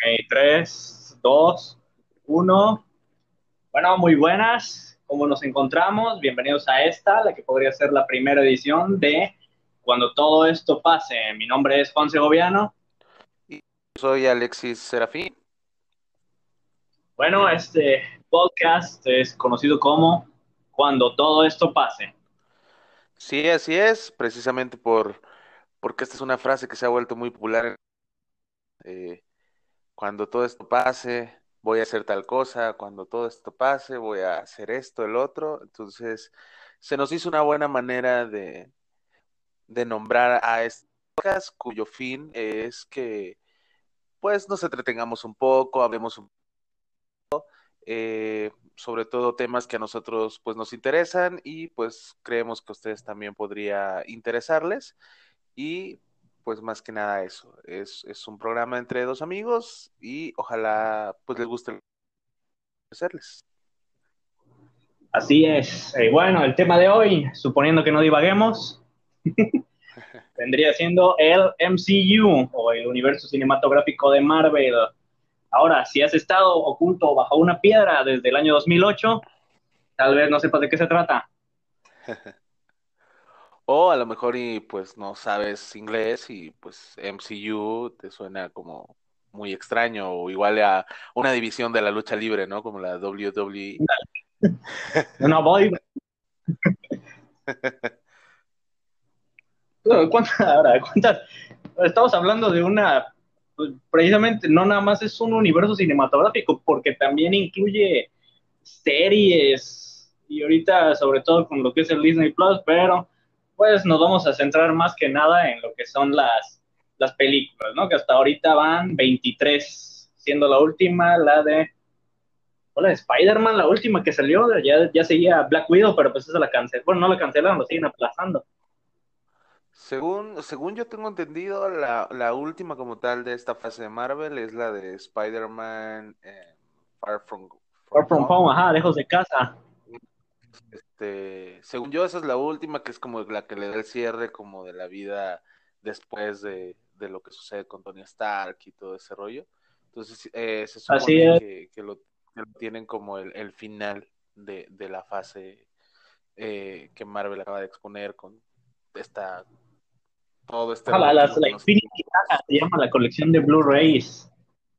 3, 2, 1. Bueno, muy buenas. ¿Cómo nos encontramos? Bienvenidos a esta, la que podría ser la primera edición de Cuando todo esto pase. Mi nombre es Juan Segoviano. Y soy Alexis Serafín. Bueno, este podcast es conocido como Cuando todo esto pase. Sí, así es, precisamente porque esta es una frase que se ha vuelto muy popular. eh, Cuando todo esto pase, voy a hacer tal cosa, cuando todo esto pase, voy a hacer esto, el otro. Entonces, se nos hizo una buena manera de nombrar a este podcast, cuyo fin es que, pues, nos entretengamos un poco, hablemos sobre todo temas que a nosotros pues nos interesan y pues creemos que a ustedes también podría interesarles y pues más que nada eso, es un programa entre dos amigos y ojalá pues les guste hacerles. Así es. Bueno, el tema de hoy, suponiendo que no divaguemos, vendría siendo el MCU o el universo cinematográfico de Marvel. Ahora, si has estado oculto bajo una piedra desde el año 2008, tal vez no sepas de qué se trata. O a lo mejor y pues no sabes inglés y pues MCU te suena como muy extraño o igual a una división de la lucha libre, ¿no? Como la WWE. No voy. ¿Cuántas? Estamos hablando de una, pues, precisamente, no nada más es un universo cinematográfico, porque también incluye series y ahorita, sobre todo con lo que es el Disney Plus, pero pues nos vamos a centrar más que nada en lo que son las películas, ¿no? Que hasta ahorita van 23, siendo la última la de Spider-Man, la última que salió, ya seguía Black Widow, pero pues esa la cancelaron. Bueno, no la cancelaron, lo siguen aplazando. Según yo tengo entendido, la última como tal de esta fase de Marvel es la de Spider-Man Far From Far From Home. Home, ajá, lejos de casa. Según yo, esa es la última, que es como la que le da el cierre como de la vida después de lo que sucede con Tony Stark y todo ese rollo. Entonces, se Así supone es. que lo tienen como el final de la fase que Marvel acaba de exponer con esta todo este Ajá, rollo la que nos... Infinity Saga se llama la colección de Blu-rays.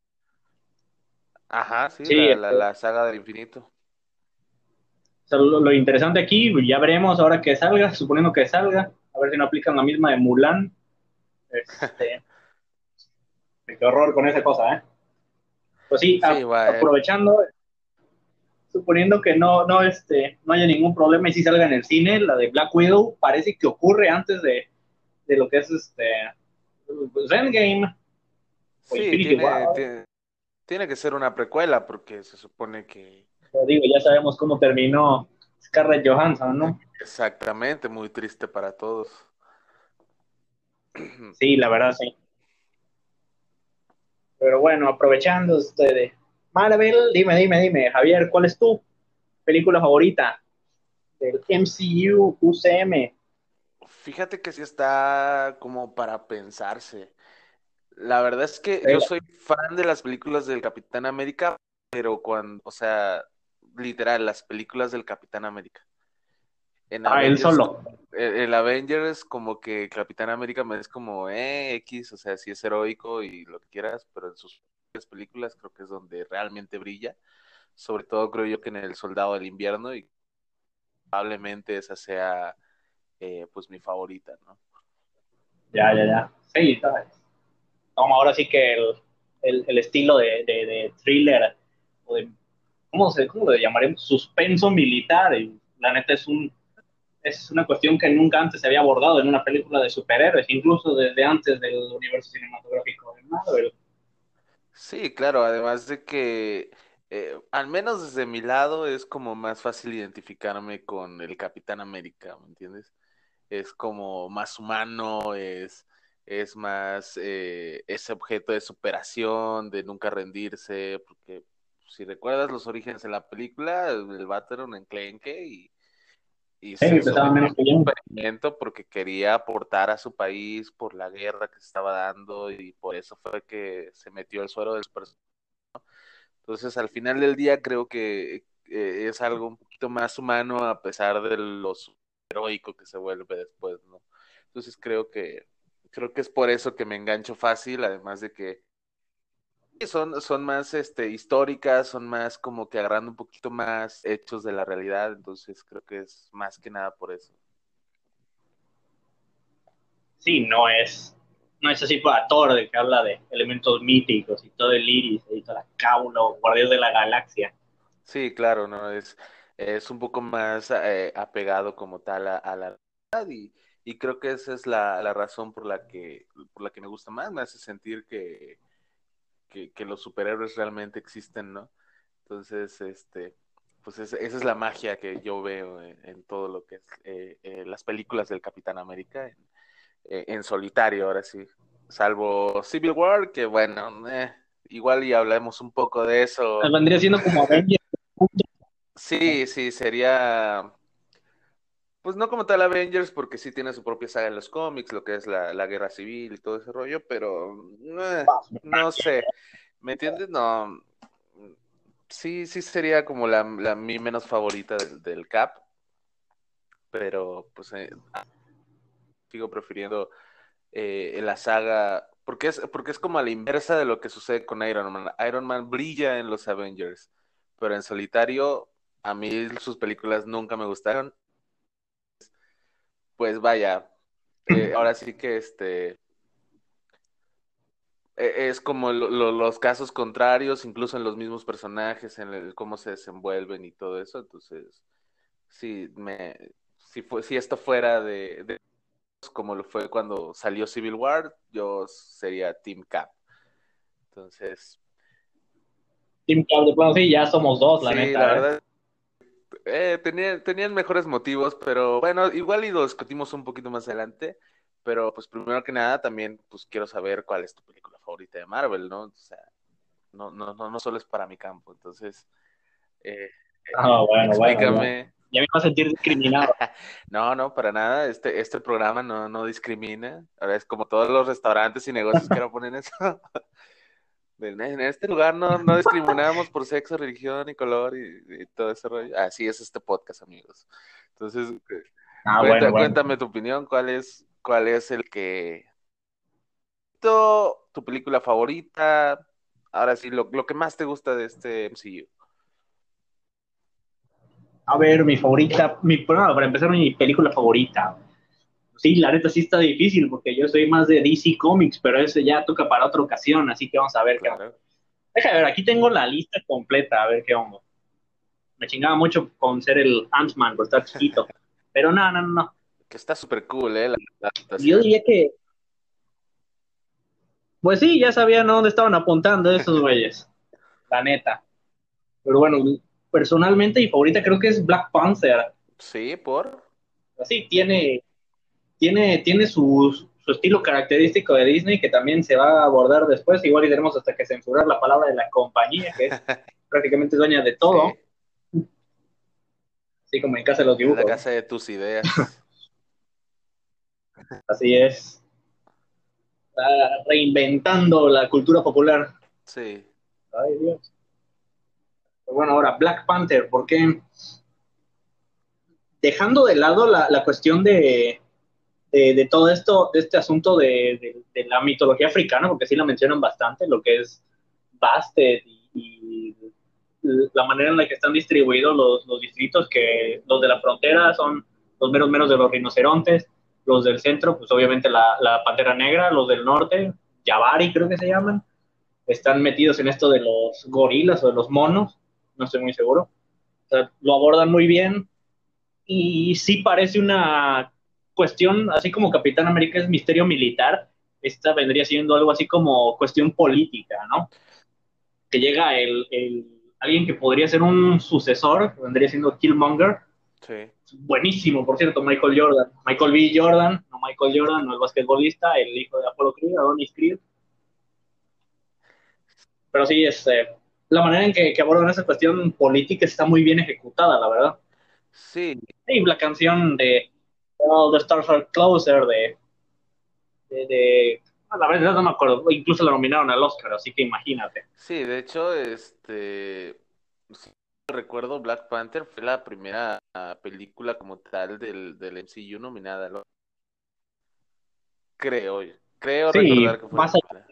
Ajá, sí, Sí, la saga del infinito. o sea, lo interesante aquí, ya veremos ahora que salga, suponiendo que salga, a ver si no aplican la misma de Mulan. Este, qué horror con esa cosa, ¿eh? Pues sí, Sí, va, aprovechando, suponiendo que no haya ningún problema y si salga en el cine, la de Black Widow parece que ocurre antes de lo que es pues, Endgame o sí, Infinity War. tiene que ser una precuela porque se supone que Pero digo, ya sabemos cómo terminó Scarlett Johansson, ¿no? exactamente, muy triste para todos. Sí, la verdad, sí. Pero bueno, aprovechando de Marvel, dime, Javier, ¿cuál es tu película favorita del MCU, UCM? Fíjate que sí está como para pensarse. La verdad es que yo Eh, soy fan de las películas del Capitán América, pero cuando, o sea, literal, las películas del Capitán América. En él Avengers, solo. el Avengers como que Capitán América me es como X, o sea, sí es heroico y lo que quieras, pero en sus películas creo que es donde realmente brilla. Sobre todo creo yo que en El Soldado del Invierno y probablemente esa sea pues mi favorita, ¿no? Ya. Sí, ¿sabes? Como ahora sí que el estilo de thriller, o de, ¿cómo lo llamaremos? Suspenso militar. Y la neta es una cuestión que nunca antes se había abordado en una película de superhéroes, incluso desde antes del universo cinematográfico de Marvel. Sí, claro, además de que al menos desde mi lado es como más fácil identificarme con el Capitán América, ¿me entiendes? Es como más humano, es más ese objeto de superación, de nunca rendirse, porque si recuerdas los orígenes de la película, el vato era un enclenque se Pesaban sometió a menos que yo. un experimento porque quería aportar a su país por la guerra que se estaba dando y por eso fue que se metió el suero de su persona. Entonces, al final del día creo que es algo un poquito más humano a pesar de lo heroico que se vuelve después, ¿no? Entonces creo que es por eso que me engancho fácil, además de que son más históricas, son más como que agarrando un poquito más hechos de la realidad, entonces creo que es más que nada por eso. Sí, no es así para Thor, de que habla de elementos míticos y todo el iris y toda la cábula, guardián de la galaxia. Sí, claro, ¿no? Es un poco más apegado como tal a la realidad y creo que esa es la razón por la que me gusta más, me hace sentir que los superhéroes realmente existen, ¿no? Entonces, pues esa es la magia que yo veo en todo lo que es las películas del Capitán América en solitario, ahora sí. Salvo Civil War, que bueno, igual y hablemos un poco de eso. Vendría siendo como Avengers. Sí, sí, sería, pues no como tal Avengers, porque sí tiene su propia saga en los cómics, lo que es la guerra civil y todo ese rollo, pero no sé, ¿me entiendes? No, sí, sí sería como mi menos favorita del Cap, pero pues sigo prefiriendo la saga, porque es como a la inversa de lo que sucede con Iron Man. Iron Man brilla en los Avengers, pero en solitario, a mí sus películas nunca me gustaron. Pues vaya, ahora sí que es como los casos contrarios, incluso en los mismos personajes, en cómo se desenvuelven y todo eso. Entonces, sí, si esto fuera de como lo fue cuando salió Civil War, yo sería Team Cap. Entonces, Team Cap de plano, sí, ya somos dos, la sí, la neta, ¿eh? verdad, tenían mejores motivos, pero bueno, igual y lo discutimos un poquito más adelante. Pero pues primero que nada, también pues quiero saber cuál es tu película favorita de Marvel, ¿no? O sea, no solo es para mi campo. Entonces, eh, Ah, bueno, bueno, ya. explícame. Ya me iba a sentir discriminado. No, para nada. Este programa no discrimina. Ahora es como todos los restaurantes y negocios que ahora ponen eso. En este lugar no discriminamos por sexo, religión y color y todo ese rollo. Así es este podcast, amigos. Entonces, Ah, bueno, bueno. cuéntame tu opinión. Cuál es el que tu película favorita? Ahora sí, lo que más te gusta de este MCU. A ver, mi favorita, bueno, para empezar, mi película favorita. Sí, la neta sí está difícil porque yo soy más de DC Comics, pero ese ya toca para otra ocasión, así que vamos a ver qué onda. Claro. Deja de ver, aquí tengo la lista completa, a ver qué onda. Me chingaba mucho con ser el Ant-Man por estar chiquito, pero no, no, no, no. Que está súper cool, la Yo adaptación. diría que, pues sí, ya sabían a dónde estaban apuntando esos güeyes, la neta. Pero bueno, personalmente mi favorita creo que es Black Panther. Sí, por. Así, tiene su estilo característico de Disney que también se va a abordar después. Igual y tenemos hasta que censurar la palabra de la compañía, que es prácticamente dueña de todo, Sí, así como en casa de los es la dibujos, ¿no? casa de tus ideas. Así es, está reinventando la cultura popular. Sí, Ay, Dios. Pero bueno, ahora, Black Panther, ¿por qué? Dejando de lado la cuestión de todo esto, de este asunto de la mitología africana, porque sí la mencionan bastante, lo que es Bastet y la manera en la que están distribuidos los distritos, que los de la frontera son los meros meros de los rinocerontes, los del centro, pues obviamente la pantera negra, los del norte, Jabari creo que se llaman, están metidos en esto de los gorilas o de los monos, no estoy muy seguro. O sea, lo abordan muy bien y sí parece una cuestión, así como Capitán América es misterio militar, esta vendría siendo algo así como cuestión política, ¿no? Que llega alguien que podría ser un sucesor, vendría siendo Killmonger, sí. buenísimo, por cierto, Michael Jordan, Michael B. Jordan, no Michael Jordan, no el basquetbolista, el hijo de Apollo Creed, Adonis Creed, pero sí, la manera en que abordan esa cuestión política está muy bien ejecutada, la verdad. Sí, Y la canción de All the Stars Are Closer a la verdad no me acuerdo, incluso la nominaron al Oscar, así que imagínate. sí, de hecho, si no recuerdo, Black Panther fue la primera película como tal del MCU nominada, creo, creo recordar Sí, que fue la primera.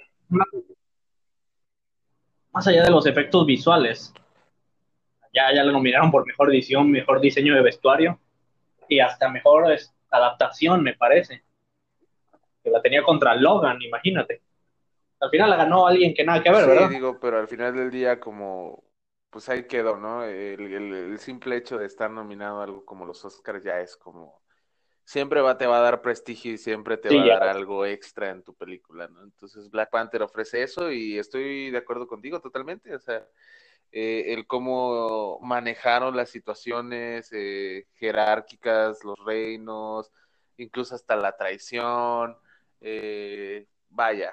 más allá de los efectos visuales, ya la nominaron por mejor edición, mejor diseño de vestuario y hasta mejor adaptación, me parece, que la tenía contra Logan, imagínate. Al final la ganó alguien que nada que ver, Sí, ¿verdad? digo, pero al final del día como, pues ahí quedó, ¿no? El simple hecho de estar nominado a algo como los Oscars ya es como, siempre te va a dar prestigio y siempre te va Sí, a ya. dar algo extra en tu película, ¿no? Entonces Black Panther ofrece eso y estoy de acuerdo contigo totalmente, o sea, el cómo manejaron las situaciones jerárquicas, los reinos, incluso hasta la traición, vaya,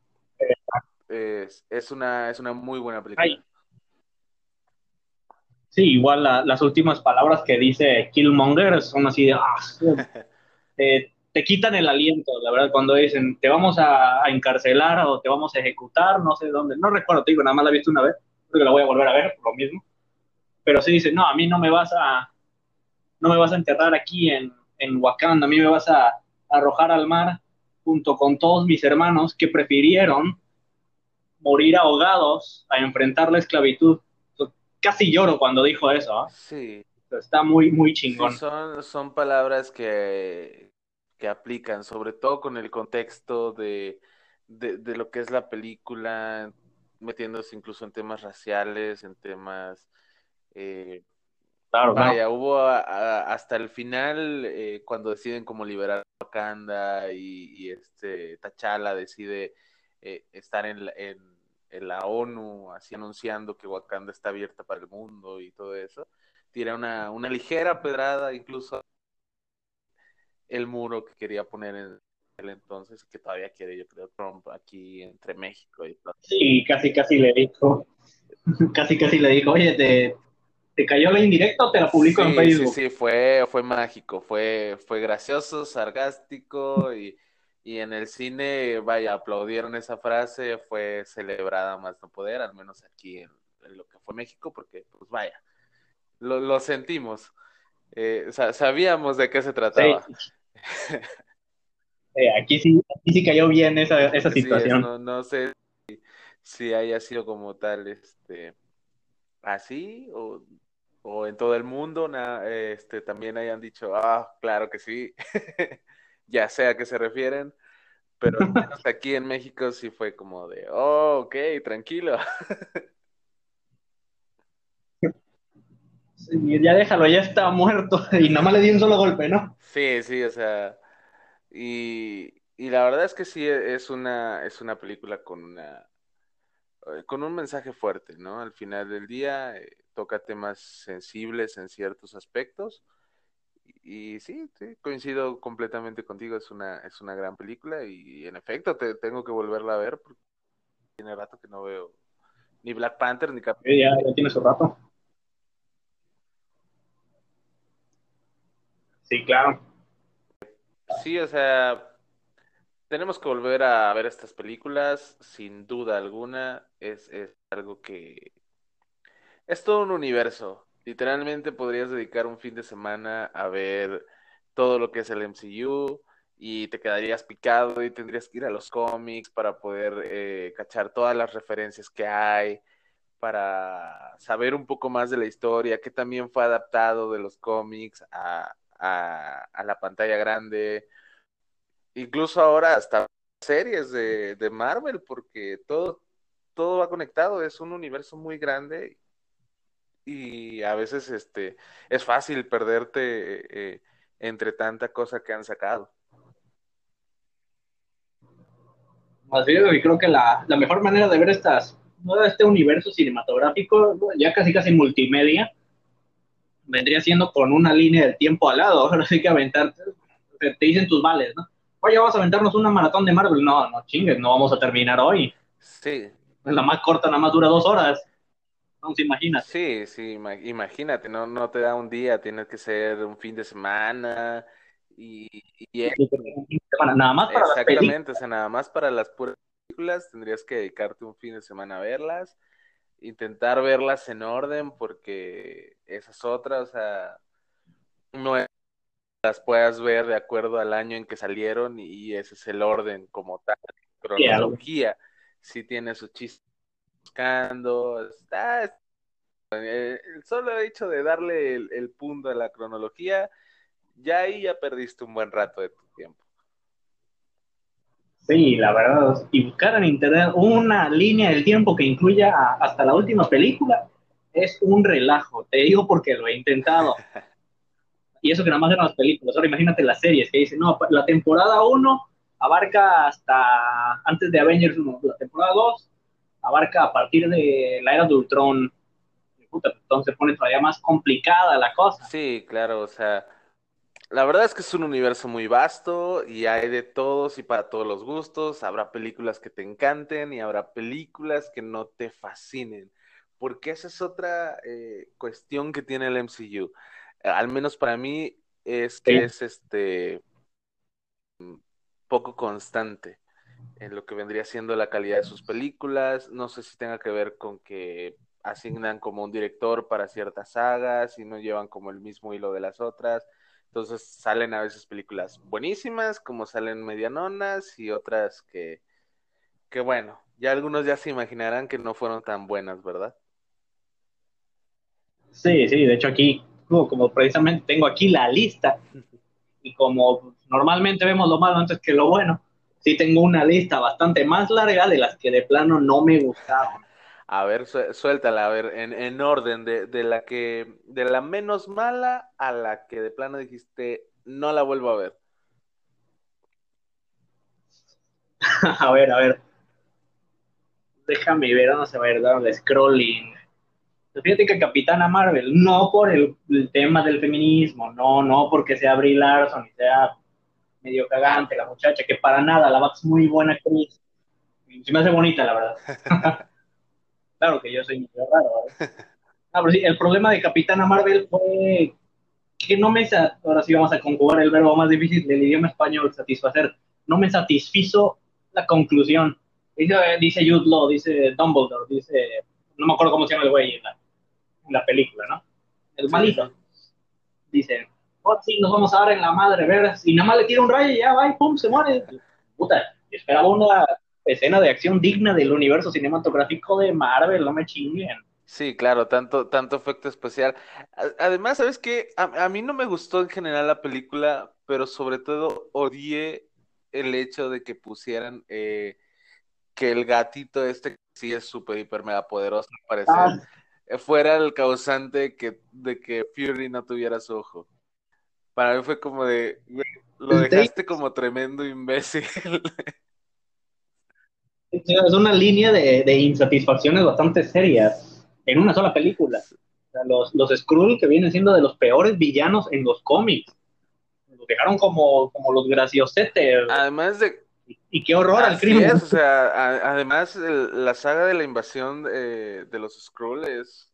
es una muy buena película. Ay, sí, igual las últimas palabras que dice Killmonger son así de, te quitan el aliento, la verdad, cuando dicen, te vamos a encarcelar o te vamos a ejecutar, no sé dónde, no recuerdo, te digo, nada más la he visto una vez, creo que la voy a volver a ver, por lo mismo, pero sí dice, no, a mí no me vas a enterrar aquí en Wakanda, a mí me vas a arrojar al mar junto con todos mis hermanos que prefirieron morir ahogados a enfrentar la esclavitud. Casi lloro cuando dijo eso, ¿eh? Sí, Está muy, muy sí, chingón. son palabras que aplican, sobre todo con el contexto de lo que es la película, metiéndose incluso en temas raciales, en temas eh, Claro, claro. vaya, hubo hasta el final, cuando deciden como liberar a Wakanda y T'Challa decide estar en la ONU, así anunciando que Wakanda está abierta para el mundo y todo eso, tira una ligera pedrada, incluso el muro que quería poner en el entonces, que todavía quiere, yo creo, Trump aquí entre México y todo. Sí, casi le dijo, casi le dijo, oye, ¿te cayó la indirecta o te la publico en Sí, sí, Facebook? sí, fue mágico, fue gracioso, sarcástico y en el cine, vaya, aplaudieron esa frase, fue celebrada más no poder, al menos aquí en lo que fue México, porque pues vaya, lo sentimos, sabíamos de qué se Sí, trataba. aquí sí cayó bien esa Sí, situación. no sé si haya sido como tal, así o en todo el mundo también hayan dicho, ah, claro que sí, ya sé a qué se refieren, pero al menos aquí en México sí fue como de, oh, ok, tranquilo. Sí, ya déjalo, ya está muerto y nada más le di un solo golpe, ¿no? Sí, sí, o sea, y la verdad es que sí es una película con un mensaje fuerte, ¿no? Al final del día toca temas sensibles en ciertos aspectos. Y sí, sí, coincido completamente contigo, es una gran película y en efecto tengo que volverla a ver porque tiene rato que no veo ni Black Panther ni Capitán Ya América. tiene su rato. Sí, claro. Sí, o sea, tenemos que volver a ver estas películas, sin duda alguna, es algo que es todo un universo. Literalmente podrías dedicar un fin de semana a ver todo lo que es el MCU y te quedarías picado y tendrías que ir a los cómics para poder cachar todas las referencias que hay, para saber un poco más de la historia, que también fue adaptado de los cómics a la pantalla grande, incluso ahora hasta series de Marvel, porque todo va conectado, es un universo muy grande y a veces es fácil perderte entre tanta cosa que han sacado. Así es, y creo que la mejor manera de ver ¿no? Este universo cinematográfico, ¿no? Ya casi multimedia, vendría siendo con una línea del tiempo al lado. Ahora sí que aventarte, te dicen tus vales, ¿no? Oye, vamos a aventarnos una maratón de Marvel. No, no chingues, no vamos a terminar hoy. Sí, La más corta nada más dura 2 horas. Entonces, imagínate. Sí, sí, imagínate, no te da un día, tiene que ser un fin de semana y, y es- Bueno, nada más para las exactamente, o películas. sea, nada más para las puras películas tendrías que dedicarte un fin de semana a verlas, intentar verlas en orden porque esas otras, o sea, no es que las puedas ver de acuerdo al año en que salieron y ese es el orden como tal, Sí, algo. cronología, sí tiene su chiste buscando, el solo hecho de darle el punto a la cronología, ya ahí ya perdiste un buen rato de tu tiempo. Sí, la verdad, y buscar en internet una línea del tiempo que incluya hasta la última película es un relajo. Te digo porque lo he intentado. Y eso que nada más eran las películas. Ahora imagínate las series que dicen, no, la temporada uno abarca hasta antes de Avengers 1, la temporada 2 abarca a partir de la era de Ultron. Puta, entonces se pone todavía más complicada la cosa. Sí, claro, o sea, la verdad es que es un universo muy vasto y hay de todos y para todos los gustos. Habrá películas que te encanten y habrá películas que no te fascinen, porque esa es otra cuestión que tiene el MCU. Al menos para mí es que Sí, es poco constante en lo que vendría siendo la calidad de sus películas. No sé si tenga que ver con que asignan como un director para ciertas sagas y no llevan como el mismo hilo de las otras. Entonces salen a veces películas buenísimas, como salen medianonas y otras que bueno, ya algunos ya se imaginarán que no fueron tan buenas, ¿verdad? sí, sí, de hecho aquí, como precisamente tengo aquí la lista, y como normalmente vemos lo malo antes que lo bueno, sí tengo una lista bastante más larga de las que de plano no me gustaron. A ver, suéltala, a ver, en orden, de la menos mala a la que de plano dijiste, no la vuelvo a ver. A ver, déjame ver, vamos a ver, darle scrolling. Fíjate que Capitana Marvel, no por el tema del feminismo, no porque sea Brie Larson y sea medio cagante la muchacha, que para nada, la Vax es muy buena actriz. Se me hace bonita, la verdad. Claro que yo soy medio raro, ¿verdad? Ah, pero sí, el problema de Capitana Marvel fue que no me, ahora sí vamos a conjugar el verbo más difícil del idioma español, satisfacer, no me satisfizo la conclusión. Dice Jude Law, dice Dumbledore, dice, no me acuerdo cómo se llama el güey en la película, ¿no? El Sí, sí. malito. Dice, oh, sí, nos vamos a dar en la madre, ver, y nada más le tira un rayo y ya va y pum, se muere. Puta, esperaba una escena de acción digna del universo cinematográfico de Marvel, no me chinguen. Sí, claro, tanto efecto especial. Además, ¿sabes qué? A mí no me gustó en general la película, pero sobre todo odié el hecho de que pusieran que el gatito este, que sí es súper, hiper, mega poderoso al parecer, Ah, fuera el causante de que Fury no tuviera su ojo. Para mí fue como de, güey, lo Dave dejaste como tremendo imbécil. es una línea de insatisfacciones bastante serias en una sola película. O sea, los Skrull que vienen siendo de los peores villanos en los cómics. Los dejaron como los graciosetes. Además de, Y qué horror al así crimen. es, o sea, además la saga de la invasión de los Skrull es,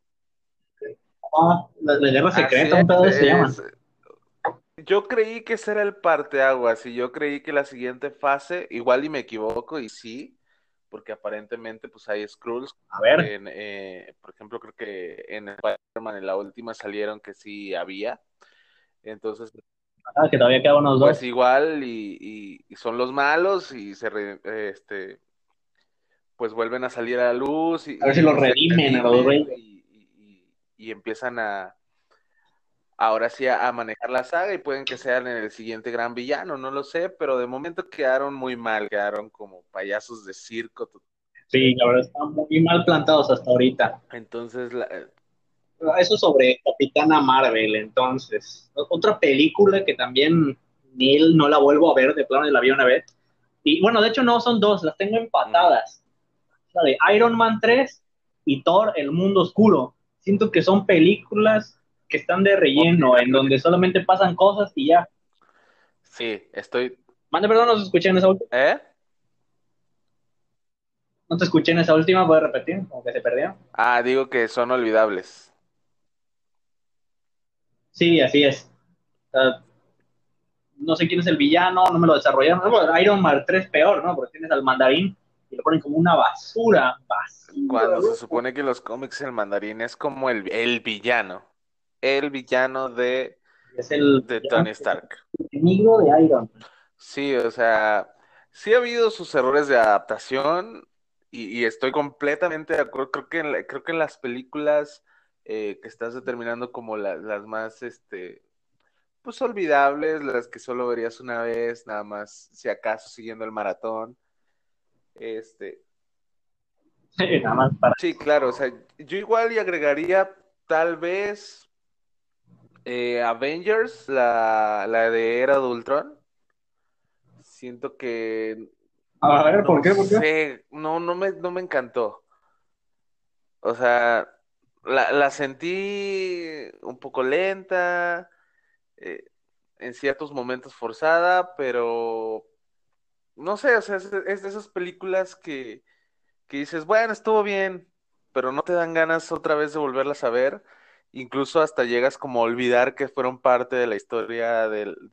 Ah, la guerra así secreta, un pedo de se llaman. es, yo creí que ese era el parteaguas y yo creí que la siguiente fase, igual y me equivoco y sí, porque aparentemente pues hay Skrulls, A ver, por ejemplo creo que en Spider-Man en la última salieron que sí había, entonces que todavía quedan unos pues dos. igual y son los malos y pues vuelven a salir a la luz A ver si los y se redimen a los redimen reyes. y empiezan a ahora sí a manejar la saga y pueden que sean el siguiente gran villano, no lo sé, pero de momento quedaron muy mal, quedaron como payasos de circo. Sí, la verdad están muy mal plantados hasta ahorita. Entonces, Eso sobre Capitana Marvel, entonces. Otra película que también ni él no la vuelvo a ver, de plano la vi una vez. Y bueno, de hecho no son dos, las tengo ujú, empatadas. La de Iron Man 3 y Thor, El Mundo Oscuro. Siento que son películas que están de relleno, en donde solamente pasan cosas y ya. sí, estoy, Mande, perdón, no se escuché en esa última. ¿eh? No te escuché en esa última, ¿puedes repetir? Como que se perdió. Ah, digo que son olvidables. Sí, así es. No sé quién es el villano, no me lo desarrollaron. Bueno, Iron Man 3 peor, ¿no? Porque tienes al mandarín y lo ponen como una basura, basura, Cuando se loco. supone que en los cómics el mandarín es como el villano. El villano Es el de Tony Stark. enemigo de Iron Man. Sí, o sea, sí ha habido sus errores de adaptación y estoy completamente de acuerdo. Creo que en las películas que estás determinando como las más, pues olvidables, las que solo verías una vez, nada más, si acaso siguiendo el maratón. Este, Nada más para. sí, claro, o sea, yo igual y agregaría tal vez Avengers, la de Era de Ultron. Siento que A ver, no ¿por qué? ¿Por qué? sé, no me encantó. O sea, la sentí un poco lenta, eh, en ciertos momentos forzada, pero no sé, o sea, es de esas películas que dices, bueno, estuvo bien, pero no te dan ganas otra vez de volverlas a ver. Incluso hasta llegas como a olvidar que fueron parte de la historia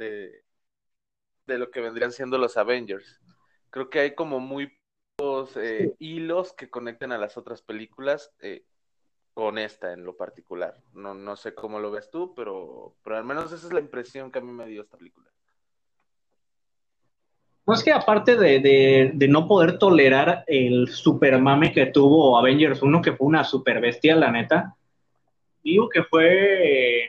de lo que vendrían siendo los Avengers. Creo que hay como muy pocos hilos que conecten a las otras películas con esta en lo particular. No sé cómo lo ves tú, pero al menos esa es la impresión que a mí me dio esta película. No es que aparte de no poder tolerar el super mame que tuvo Avengers 1, que fue una super bestia, la neta, digo que fue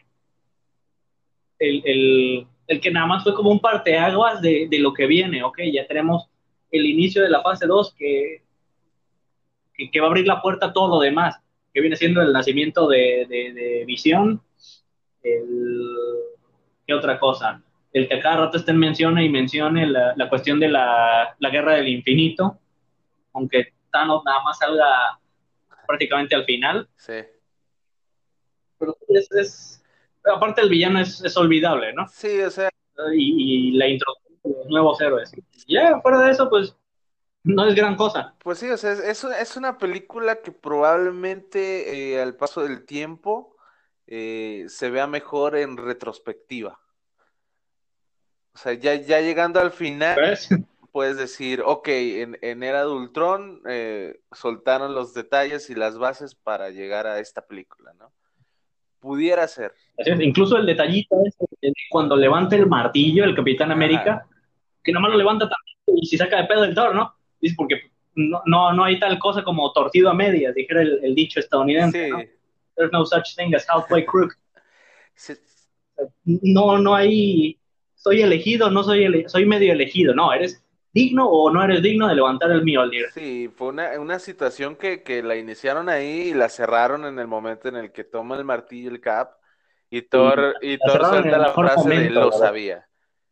el que nada más fue como un parteaguas de lo que viene, ok, ya tenemos el inicio de la fase 2 que va a abrir la puerta a todo lo demás, que viene siendo el nacimiento de Visión, el, ¿qué otra cosa? El que a cada rato estén mencione y mencione la cuestión de la guerra del infinito, aunque Thanos nada más salga prácticamente al final, Sí, pero aparte el villano es olvidable, ¿no? sí, o sea, Y la introducción de los nuevos héroes. Ya, fuera de eso, pues no es gran cosa. pues sí, o sea, es una película que probablemente al paso del tiempo se vea mejor en retrospectiva. O sea, ya llegando al final, ¿Ves? puedes decir, ok, en Era de Ultron soltaron los detalles y las bases para llegar a esta película, ¿no? Pudiera ser. Así es, incluso el detallito ese de cuando levanta el martillo el Capitán Ajá. América, que nomás lo levanta también y si saca de pedo el Thor, ¿no? Dice porque no hay tal cosa como torcido a medias, dijera el dicho estadounidense, ¿no? Sí. There's no such thing as halfway crook. Sí, No hay, soy elegido, no soy, soy medio elegido, no, eres digno o no eres digno de levantar el Mjolnir. sí, fue una situación que la iniciaron ahí y la cerraron en el momento en el que toma el martillo el Cap Y Y la Thor cerraron en suelta el la mejor frase de momento, lo la verdad. sabía.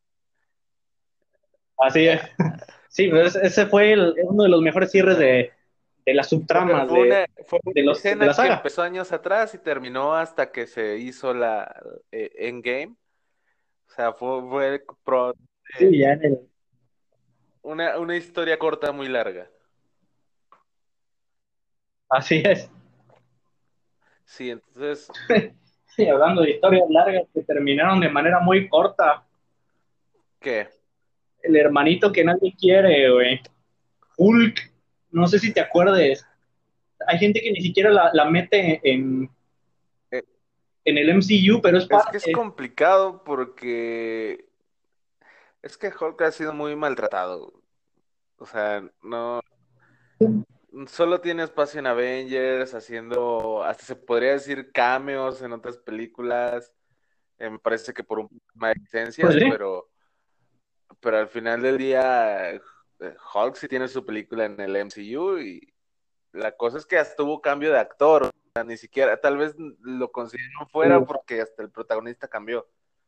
Así es. Sí, pero ese fue uno de los mejores cierres de las subtramas Fue una de escena la que saga. empezó años atrás y terminó hasta que se hizo la Endgame. O sea, Sí, ya en el, una historia corta muy larga. así es. Sí, entonces, Sí, hablando de historias largas que terminaron de manera muy corta. ¿qué? El hermanito que nadie quiere, güey. Hulk. No sé si te acuerdes. Hay gente que ni siquiera la mete Eh, en el MCU, pero es es que es parte. complicado porque es que Hulk ha sido muy maltratado. O sea, no, solo tiene espacio en Avengers, haciendo, hasta se podría decir cameos en otras películas. Me parece que por un problema de licencias, Pues sí. pero al final del día, Hulk sí tiene su película en el MCU y la cosa es que hasta hubo cambio de actor. O sea, ni siquiera, tal vez lo consideraron fuera porque hasta el protagonista cambió.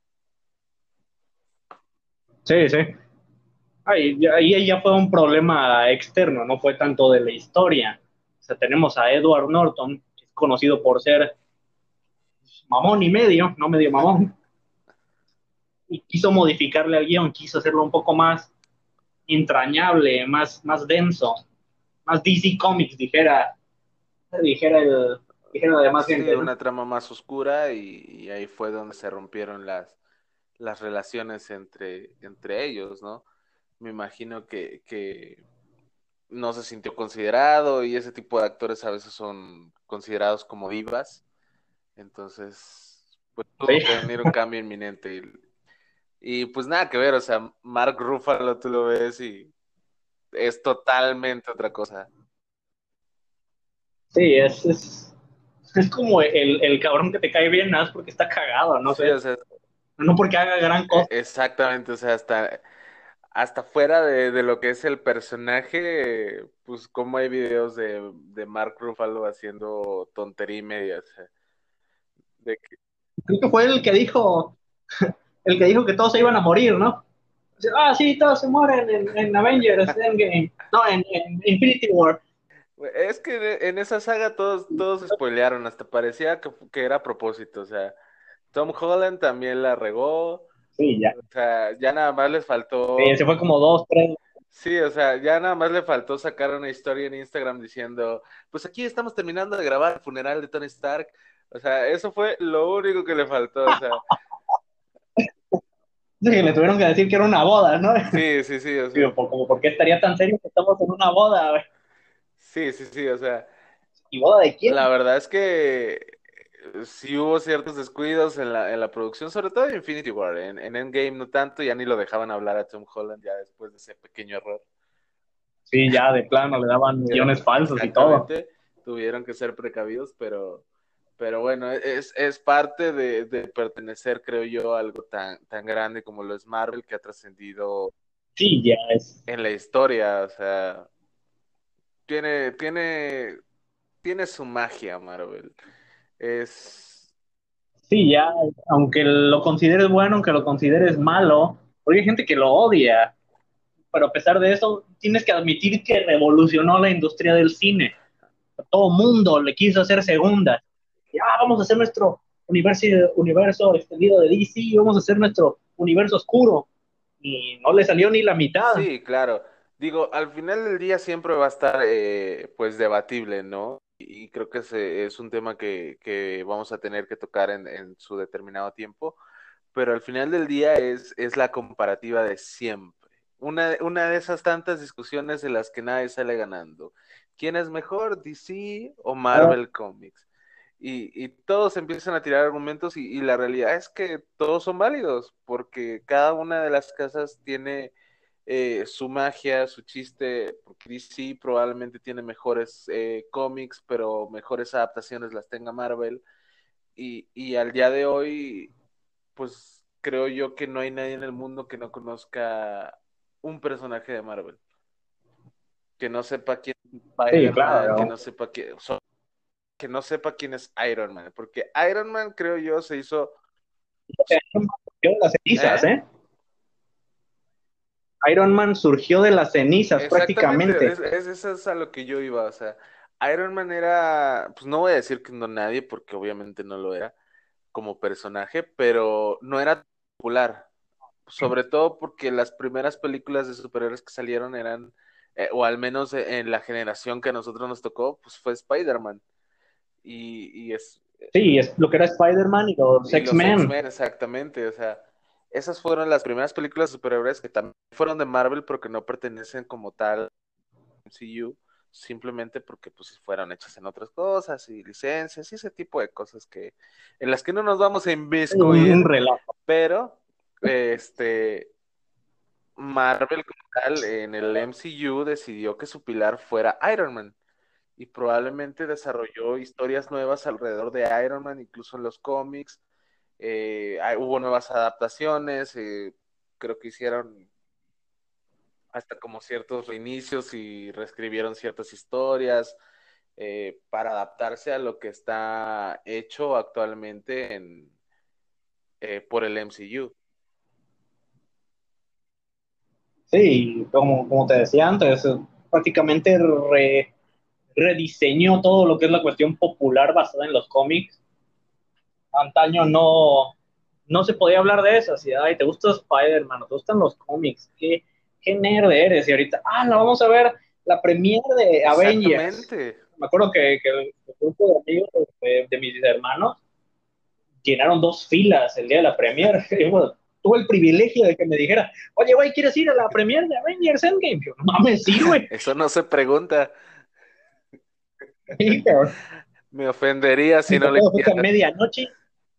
Sí, sí. Ahí ya fue un problema externo, no fue tanto de la historia. O sea, tenemos a Edward Norton, que es conocido por ser mamón y medio, no medio mamón, y quiso modificarle al guión, quiso hacerlo un poco más entrañable, más denso. más DC Comics, dijera dijera la demás Sí, gente, ¿no? una trama más oscura y ahí fue donde se rompieron las relaciones entre ellos, ¿no? Me imagino que no se sintió considerado y ese tipo de actores a veces son considerados como divas, entonces pues tuvo Sí, que venir un cambio inminente y pues nada que ver, o sea, Mark Ruffalo tú lo ves y es totalmente otra cosa. sí, es como el cabrón que te cae bien, nada más porque está cagado, no Sí, sé, o sea, no porque haga gran cosa. exactamente, o sea, hasta fuera de lo que es el personaje, pues como hay videos de Mark Ruffalo haciendo tontería y media, o sea, de que, Creo que fue el que dijo que todos se iban a morir, ¿no? Dice, ah, sí, todos se mueren en Avengers Endgame, no, en Infinity War. es que en esa saga todos spoilearon, hasta parecía que era a propósito, o sea, Tom Holland también la regó, Sí, ya. o sea, ya nada más les Se faltó, fue como dos, tres. sí, o sea, ya nada más le faltó sacar una historia en Instagram diciendo, pues aquí estamos terminando de grabar el funeral de Tony Stark, o sea, eso fue lo único que le faltó, o sea, Sí, le tuvieron que decir que era una boda, ¿no? sí, sí, sí, o sea, Digo, como, ¿por qué estaría tan serio que estamos en una boda? Güey? sí, sí, sí, o sea, ¿Y boda de quién? la verdad es que sí hubo ciertos descuidos en la producción, sobre todo en Infinity War, en Endgame no tanto, ya ni lo dejaban hablar a Tom Holland ya después de ese pequeño error. Sí, ya de plano le daban guiones falsos y todo. Exactamente, tuvieron que ser precavidos, pero bueno, es parte de pertenecer, creo yo, a algo tan grande como lo es Marvel, que ha trascendido Sí, ya es. en la historia, o sea, tiene, tiene, tiene su magia Marvel. Es, Sí, ya, aunque lo consideres bueno, aunque lo consideres malo, porque hay gente que lo odia, pero a pesar de eso, tienes que admitir que revolucionó la industria del cine. A todo mundo le quiso hacer segunda. Ya, vamos a hacer nuestro universo extendido de DC, vamos a hacer nuestro universo oscuro. Y no le salió ni la mitad. sí, claro. Digo, al final del día siempre va a estar, pues, debatible, ¿no? Y creo que es un tema que vamos a tener que tocar en su determinado tiempo, pero al final del día es la comparativa de siempre. Una de esas tantas discusiones en las que nadie sale ganando. ¿Quién es mejor, DC o Marvel Comics? Y todos empiezan a tirar argumentos y la realidad es que todos son válidos, porque cada una de las casas tiene su magia, su chiste, porque DC probablemente tiene mejores cómics, pero mejores adaptaciones las tenga Marvel. Y al día de hoy, pues creo yo que no hay nadie en el mundo que no conozca un personaje de Marvel, que no sepa quién es Sí, Spider-Man, que claro. no sepa que no sepa quién es Iron Man, porque Iron Man creo yo se hizo, Surgió de las cenizas, ¿eh? ¿eh? Iron Man surgió de las cenizas Exactamente, prácticamente. eso es a lo que yo iba, o sea, Iron Man era, pues no voy a decir que no nadie, porque obviamente no lo era como personaje, pero no era popular, sobre todo porque las primeras películas de superhéroes que salieron eran, o al menos en la generación que a nosotros nos tocó, pues fue Spider-Man, y, y es, Sí, es lo que era Spider-Man y los y los X-Men. X-Men, exactamente, o sea, esas fueron las primeras películas de superhéroes que también fueron de Marvel, pero que no pertenecen como tal a MCU, simplemente porque pues fueron hechas en otras cosas y licencias y ese tipo de cosas que en las que no nos vamos a Un inmiscuir, relajo. pero este Marvel como tal en el MCU decidió que su pilar fuera Iron Man y probablemente desarrolló historias nuevas alrededor de Iron Man, incluso en los cómics. Hubo nuevas adaptaciones, creo que hicieron hasta como ciertos reinicios y reescribieron ciertas historias para adaptarse a lo que está hecho actualmente por el MCU. Sí, como te decía antes, prácticamente rediseñó todo lo que es la cuestión popular basada en los cómics. Antaño no se podía hablar de eso, así, ay, ¿te gusta Spider-Man? ¿Te gustan los cómics? ¿Qué nerd eres? Y ahorita, la vamos a ver la premier de Avengers. Exactamente. Me acuerdo que el grupo de amigos de mis hermanos llenaron 2 filas el día de la premier. Yo, bueno, tuve el privilegio de que me dijera, oye, güey, ¿quieres ir a la premier de Avengers Endgame? Yo, no mames, sí, güey. Eso no se pregunta. Sí, cabrón. Me ofendería si Mi no le pedo fue que a quiero. medianoche,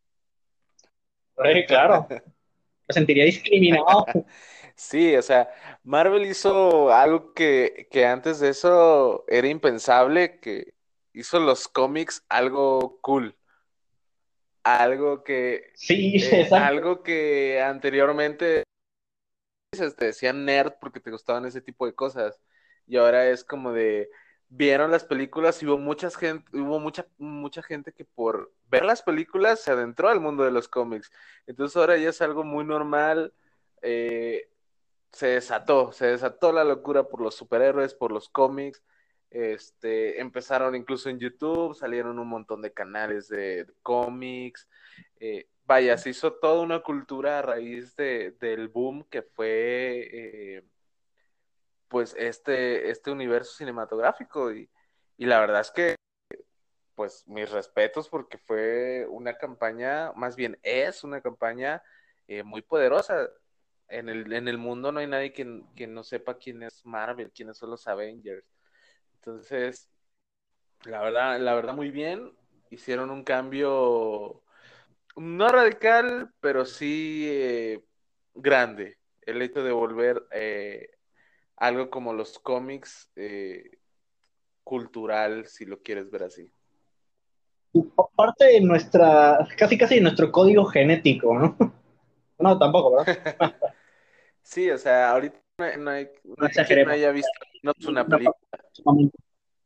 claro, me sentiría discriminado. Sí, o sea, Marvel hizo algo que antes de eso era impensable, que hizo los cómics algo cool, algo Sí, exacto. algo que anteriormente te decían nerd porque te gustaban ese tipo de cosas, y ahora es como de vieron las películas y hubo mucha gente que por ver las películas se adentró al mundo de los cómics, entonces ahora ya es algo muy normal. eh, se desató la locura por los superhéroes, por los cómics. Empezaron incluso en YouTube, salieron un montón de canales de cómics. Vaya, se hizo toda una cultura a raíz del boom que fue pues este universo cinematográfico. Y la verdad es que pues mis respetos porque fue una campaña, más bien es una campaña muy poderosa. En el mundo no hay nadie que no sepa quién es Marvel, quiénes son los Avengers. Entonces, la verdad muy bien. Hicieron un cambio, no radical, pero sí grande. El hecho de volver algo como los cómics cultural, si lo quieres ver así. Parte de nuestra, casi casi de nuestro código genético, ¿no? No, tampoco, ¿verdad? Sí, o sea, ahorita no No hay quien no exageremos. haya visto no es una Una parte película. sumamente.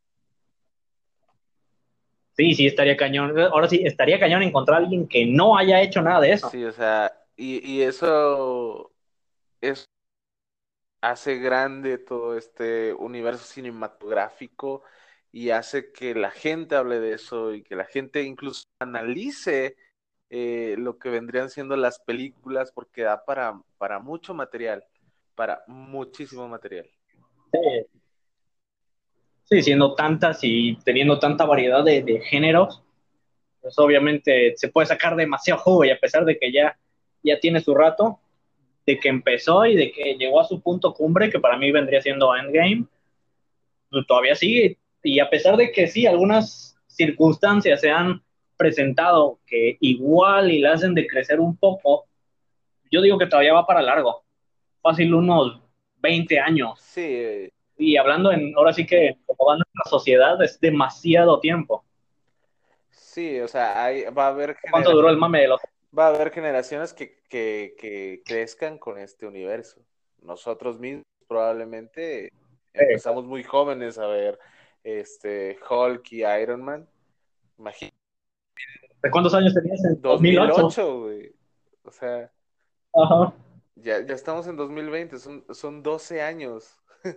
Sí, sí, estaría cañón. Ahora sí, estaría cañón encontrar a alguien que no haya hecho nada de eso. Sí, o sea, y eso hace grande todo este universo cinematográfico y hace que la gente hable de eso y que la gente incluso analice lo que vendrían siendo las películas porque da para mucho material, para muchísimo material. Sí, sí, siendo tantas y teniendo tanta variedad de géneros, pues obviamente se puede sacar demasiado jugo y a pesar de que ya tiene su rato, de que empezó y de que llegó a su punto cumbre, que para mí vendría siendo Endgame, pues todavía sigue. Y a pesar de que sí, algunas circunstancias se han presentado que igual y la hacen decrecer un poco, yo digo que todavía va para largo, fácil unos 20 años. Sí, Y hablando ahora sí que como va nuestra sociedad, es demasiado tiempo. sí, o sea, ¿Cuánto duró el mame de los... va a haber generaciones que crezcan con este universo. Nosotros mismos probablemente empezamos muy jóvenes a ver Hulk y Iron Man. Imagínate, ¿De cuántos años tenías en 2008? 2008, güey. O sea, Ajá. ya estamos en 2020, son 12 años.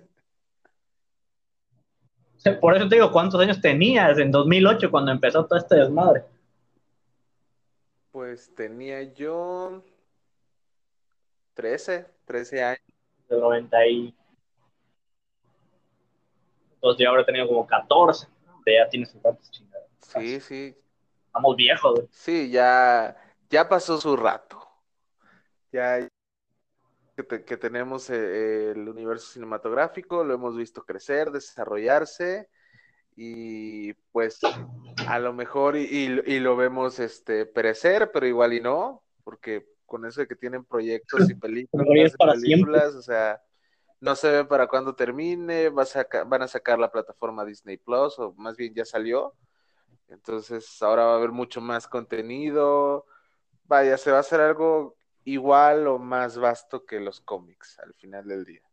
Por eso te digo, ¿cuántos años tenías en 2008 cuando empezó todo este desmadre? Pues tenía yo 13 años. De 90 y... Entonces yo habré tenido como 14. Ya tienes 50 chingadas. Sí, sí, Estamos viejos, güey. sí, ya pasó su rato. Ya que tenemos el universo cinematográfico, lo hemos visto crecer, desarrollarse y pues a lo mejor y lo vemos perecer, pero igual y no, porque con eso de que tienen proyectos y Mejoría es películas y para siempre. películas, o sea, no se ve para cuándo termine, van a sacar la plataforma Disney Plus, o más bien ya salió, entonces ahora va a haber mucho más contenido, vaya, se va a hacer algo igual o más vasto que los cómics al final del día.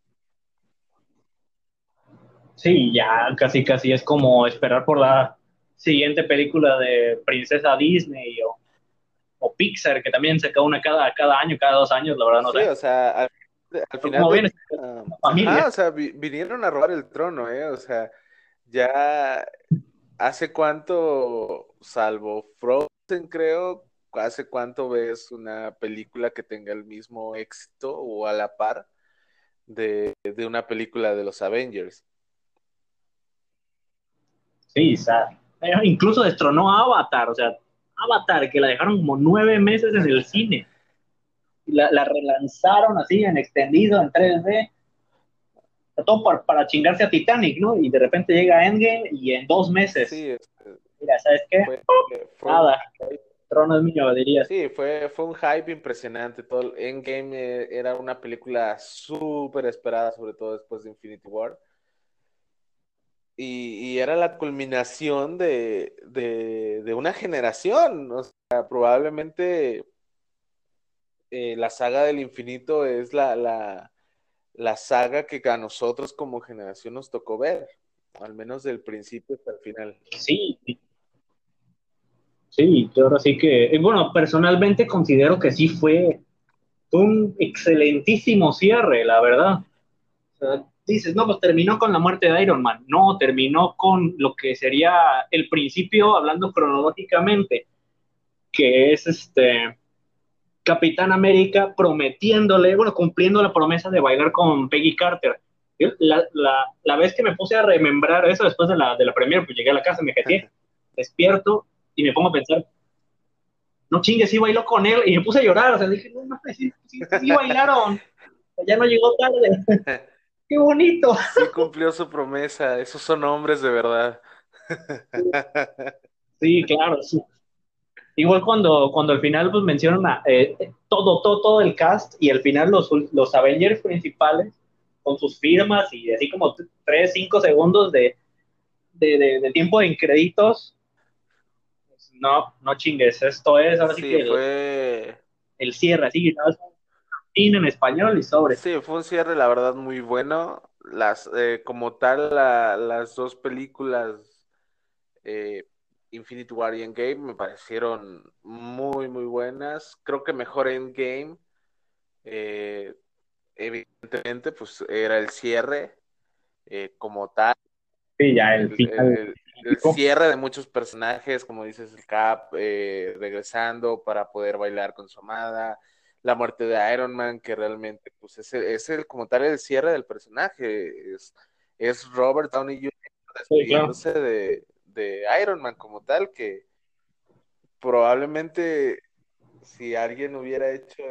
Sí, ya casi casi es como esperar por la siguiente película de Princesa Disney o Pixar, que también saca una cada año, cada 2 años, la verdad no Sí, sé. o sea, al Pero final como del vienes, día, la ajá, familia. o sea, vinieron a robar el trono, o sea, ya hace cuánto, salvo Frozen, creo, hace cuánto ves una película que tenga el mismo éxito o a la par de una película de los Avengers. Sí, o sea, incluso destronó a Avatar, o sea, Avatar, que la dejaron como 9 meses en el cine, y la relanzaron así en extendido, en 3D, todo para chingarse a Titanic, ¿no? Y de repente llega Endgame y en 2 meses, Sí, mira, ¿sabes qué? fue, fue un Nada, trono es mío, dirías. sí, fue un hype impresionante. Todo el Endgame era una película súper esperada, sobre todo después de Infinity War. Y era la culminación de una generación. O sea, probablemente la saga del infinito es la saga que a nosotros como generación nos tocó ver, al menos del principio hasta el final. Sí, sí, yo ahora sí que, bueno, personalmente considero que sí fue un excelentísimo cierre, la verdad. O sea, dices, no, pues terminó con la muerte de Iron Man. No, terminó con lo que sería el principio, hablando cronológicamente, que es Capitán América prometiéndole, bueno, cumpliendo la promesa de bailar con Peggy Carter. La vez que me puse a remembrar eso después de la premier, pues llegué a la casa, me jeteé, despierto y me pongo a pensar, no chingues, sí bailó con él, y me puse a llorar, o sea, dije, no, sí, sí, sí bailaron, ya no llegó tarde, qué bonito. Sí cumplió su promesa, esos son hombres de verdad. Sí, claro, sí. Igual cuando al final pues mencionan todo el cast y al final los Avengers principales con sus firmas y así como 3, 5 segundos de tiempo en créditos, pues, no, no chingues, esto es ahora sí Sí, que el cierre, así, ¿no? En español y sobres. sí, fue un cierre, la verdad, muy bueno. Como tal, las dos películas, eh, Infinity War y Endgame, me parecieron muy, muy buenas. Creo que mejor Endgame, eh, evidentemente, pues era el cierre como tal. Sí, ya el el, final. el- el cierre de muchos personajes, como dices, el Cap regresando para poder bailar con su amada, la muerte de Iron Man, que realmente pues como tal el cierre del personaje, es Robert Downey Jr. Sí, claro. despidiéndose de Iron Man como tal, que probablemente si alguien hubiera hecho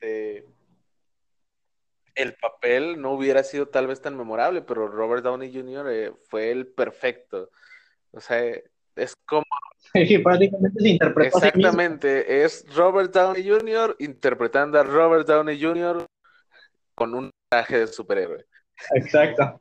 el papel no hubiera sido tal vez tan memorable, pero Robert Downey Jr. Fue el perfecto. O sea, es como Sí, prácticamente se interpretó a sí mismo. exactamente, es Robert Downey Jr. interpretando a Robert Downey Jr. con un traje de superhéroe. Exacto.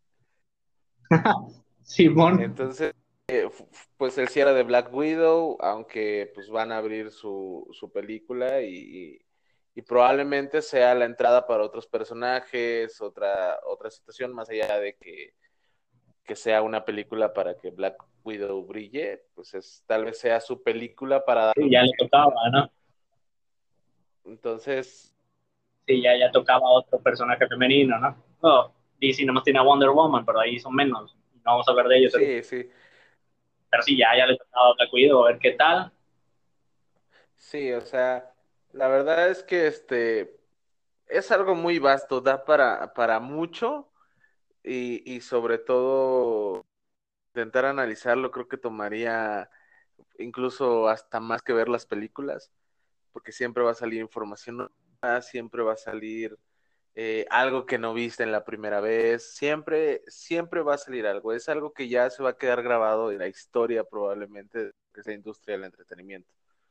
Simón. Entonces, pues el cierre de Black Widow, aunque pues van a abrir su película y probablemente sea la entrada para otros personajes, otra situación, más allá de que sea una película para que Black Widow brille, pues tal vez sea su película para dar. Sí, ya le tocaba, ¿no? Entonces, Sí, ya tocaba otro personaje femenino, ¿no? Oh, DC nomás tiene a Wonder Woman, pero ahí son menos. No vamos a hablar de ellos ahorita. sí, sí, Pero sí, ya le tocaba a Black Widow, a ver qué tal. sí, o sea, la verdad es que es algo muy vasto, da para mucho y sobre todo intentar analizarlo creo que tomaría incluso hasta más que ver las películas, porque siempre va a salir información nueva, siempre va a salir algo que no viste en la primera vez, siempre va a salir algo, es algo que ya se va a quedar grabado en la historia probablemente de lo que es la industria del entretenimiento.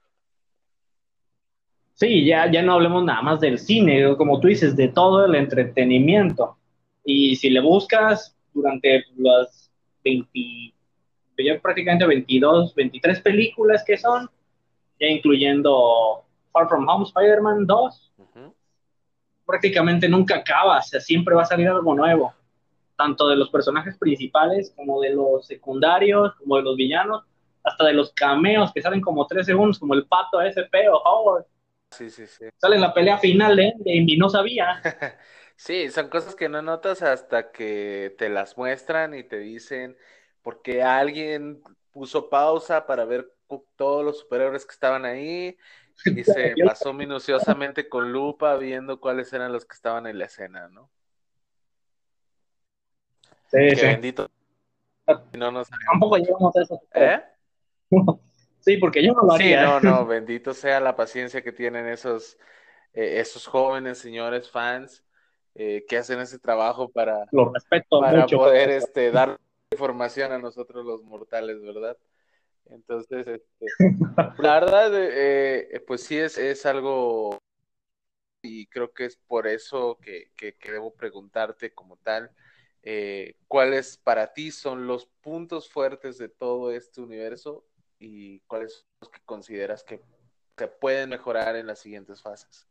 Sí, ya no hablemos nada más del cine, como tú dices, de todo el entretenimiento. Y si le buscas durante las 20, ya prácticamente 22, 23 películas que son, ya incluyendo Far From Home, Spider-Man 2, Ujú. prácticamente nunca acaba, o sea, siempre va a salir algo nuevo, tanto de los personajes principales como de los secundarios, como de los villanos, hasta de los cameos que salen como 3 segundos, como el pato SP o Howard. Sí, sí, sí. Sale en la pelea final de Endgame y no sabía. Sí, son cosas que no notas hasta que te las muestran y te dicen porque alguien puso pausa para ver todos los superhéroes que estaban ahí y se pasó minuciosamente con lupa viendo cuáles eran los que estaban en la escena, ¿no? Sí, Que sí. bendito. No nos... Tampoco llegamos a eso. ¿Eh? Sí, porque yo no lo Sí, haría. no, no, bendito sea la paciencia que tienen esos jóvenes señores fans que hacen ese trabajo Lo respeto para mucho. poder dar información a nosotros los mortales, ¿verdad? Entonces, la verdad, pues sí es algo, y creo que es por eso que debo preguntarte como tal, ¿cuáles para ti son los puntos fuertes de todo este universo y cuáles son los que consideras que se pueden mejorar en las siguientes fases?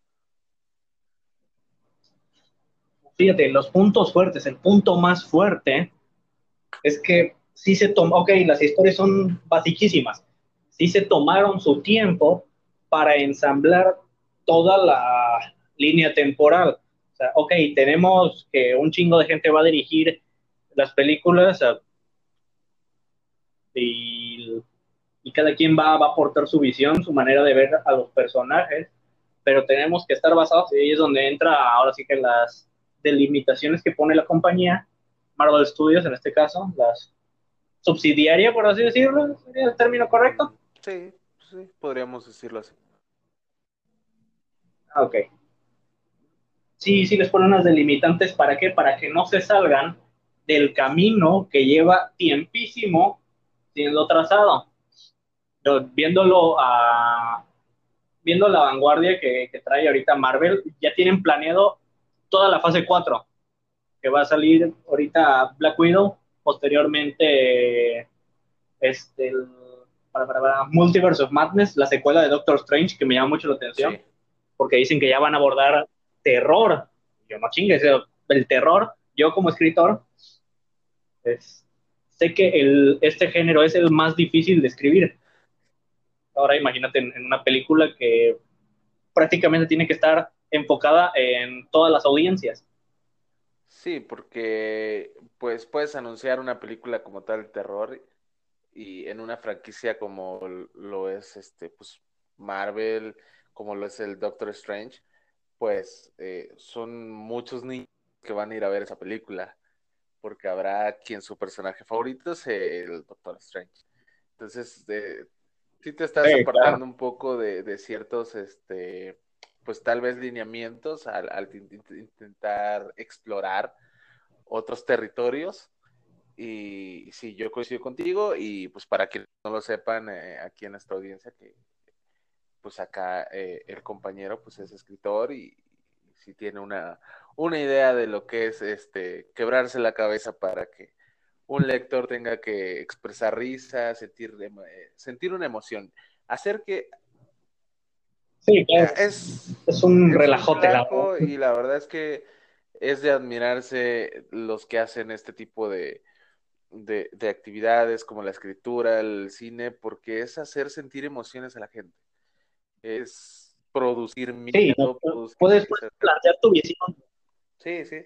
Fíjate, los puntos fuertes, el punto más fuerte es que sí se tomó, ok, las historias son basiquísimas, sí se tomaron su tiempo para ensamblar toda la línea temporal. O sea, ok, tenemos que un chingo de gente va a dirigir las películas y, y cada quien va a aportar su visión, su manera de ver a los personajes, pero tenemos que estar basados, y ahí es donde entra ahora sí que las delimitaciones que pone la compañía, Marvel Studios en este caso, las subsidiaria, por así decirlo, sería el término correcto. Sí, sí, podríamos decirlo así. Ah, ok. Sí, sí les ponen unas delimitantes, ¿para qué? Para que no se salgan del camino que lleva tiempísimo siendo trazado. Pero viendo la vanguardia que trae ahorita Marvel, ya tienen planeado toda la fase 4 que va a salir ahorita Black Widow, posteriormente el, Multiverse of Madness, la secuela de Doctor Strange, que me llama mucho la atención, Sí. porque dicen que ya van a abordar terror. Yo no chingues, el terror, yo como escritor, es, sé que este género es el más difícil de escribir. Ahora imagínate en una película que prácticamente tiene que estar enfocada en todas las audiencias. Sí, porque pues puedes anunciar una película como tal de terror y en una franquicia como lo es pues Marvel, como lo es el Doctor Strange, pues son muchos niños que van a ir a ver esa película, porque habrá quien su personaje favorito es el Doctor Strange. Entonces, sí te estás Sí, claro. apartando un poco de ciertos, pues tal vez lineamientos al intentar explorar otros territorios. Y sí, yo coincido contigo y pues para que no lo sepan aquí en nuestra audiencia, que pues acá el compañero pues es escritor y sí tiene una idea de lo que es quebrarse la cabeza para que un lector tenga que expresar risa, sentir una emoción. Hacer que Sí, claro. es, Es un es un relajote, la relajo verdad. y la verdad es que es de admirarse los que hacen este tipo de actividades como la escritura, el cine, porque es hacer sentir emociones a la gente, es producir Sí, miedo, producir puedes risa. plantear tu visión, Sí, sí.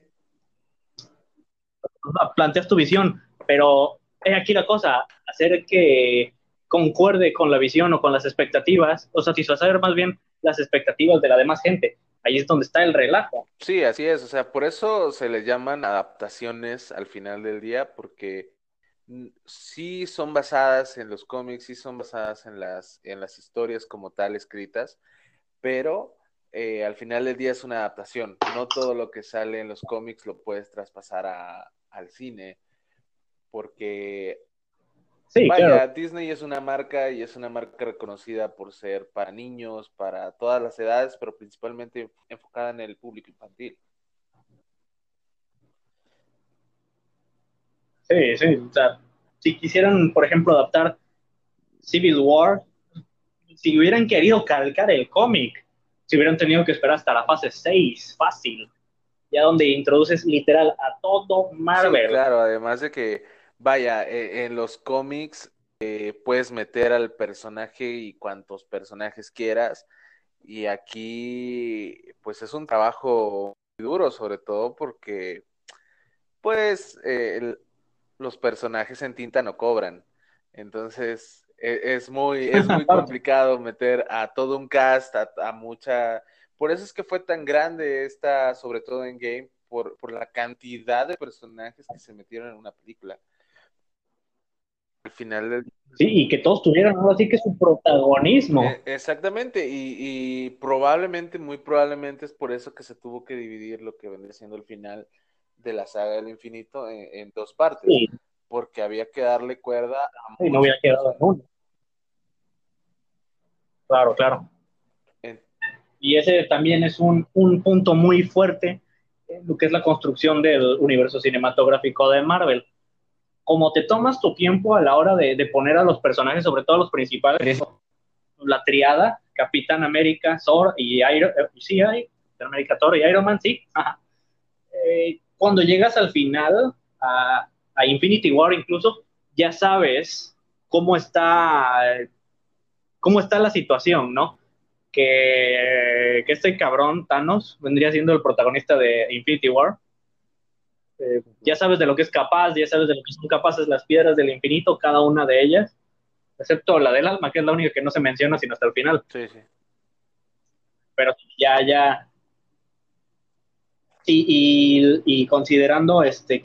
planteas tu visión, pero es aquí la cosa, hacer que concuerde con la visión o con las expectativas, o satisfacer más bien las expectativas de la demás gente. Ahí es donde está el relajo. Sí, así es, o sea, por eso se les llaman adaptaciones al final del día, porque sí son basadas en los cómics, sí son basadas en las historias como tal escritas, pero al final del día es una adaptación. No todo lo que sale en los cómics lo puedes traspasar al cine, porque Sí, claro. vaya, Disney es una marca y es una marca reconocida por ser para niños, para todas las edades, pero principalmente enfocada en el público infantil. Sí, sí. O sea, si quisieran, por ejemplo, adaptar Civil War, si hubieran querido calcar el cómic, si hubieran tenido que esperar hasta la fase 6 fácil, ya donde introduces literal a todo Sí, Marvel. claro, además de que, vaya, en los cómics puedes meter al personaje y cuantos personajes quieras, y aquí, pues es un trabajo muy duro, sobre todo porque, pues, los personajes en tinta no cobran. Entonces, es muy Aparte, complicado meter a todo un cast, a mucha... Por eso es que fue tan grande esta, sobre todo en Game, por la cantidad de personajes que se metieron en una película. al final del... Sí, y que todos tuvieran algo así que su protagonismo. Exactamente, y probablemente, muy probablemente es por eso que se tuvo que dividir lo que vendría siendo el final de la saga del infinito en dos partes, Sí, porque había que darle cuerda a y no muchos hubiera quedado en personajes. uno. Claro, claro. En- Y ese también es un punto muy fuerte en lo que es la construcción del universo cinematográfico de Marvel. Como te tomas tu tiempo a la hora de poner a los personajes, sobre todo a los principales, la triada, Capitán América, Thor y Iron, sí, Capitán América, Thor y Iron Man, sí. Ajá. Cuando llegas al final, a Infinity War incluso, ya sabes cómo está, cómo está la situación, ¿no? Que este cabrón Thanos vendría siendo el protagonista de Infinity War. Ya sabes de lo que es capaz, ya sabes de lo que son capaces las piedras del infinito, cada una de ellas, excepto la del alma, que es la única que no se menciona sino hasta el final. sí, sí. Pero ya, y considerando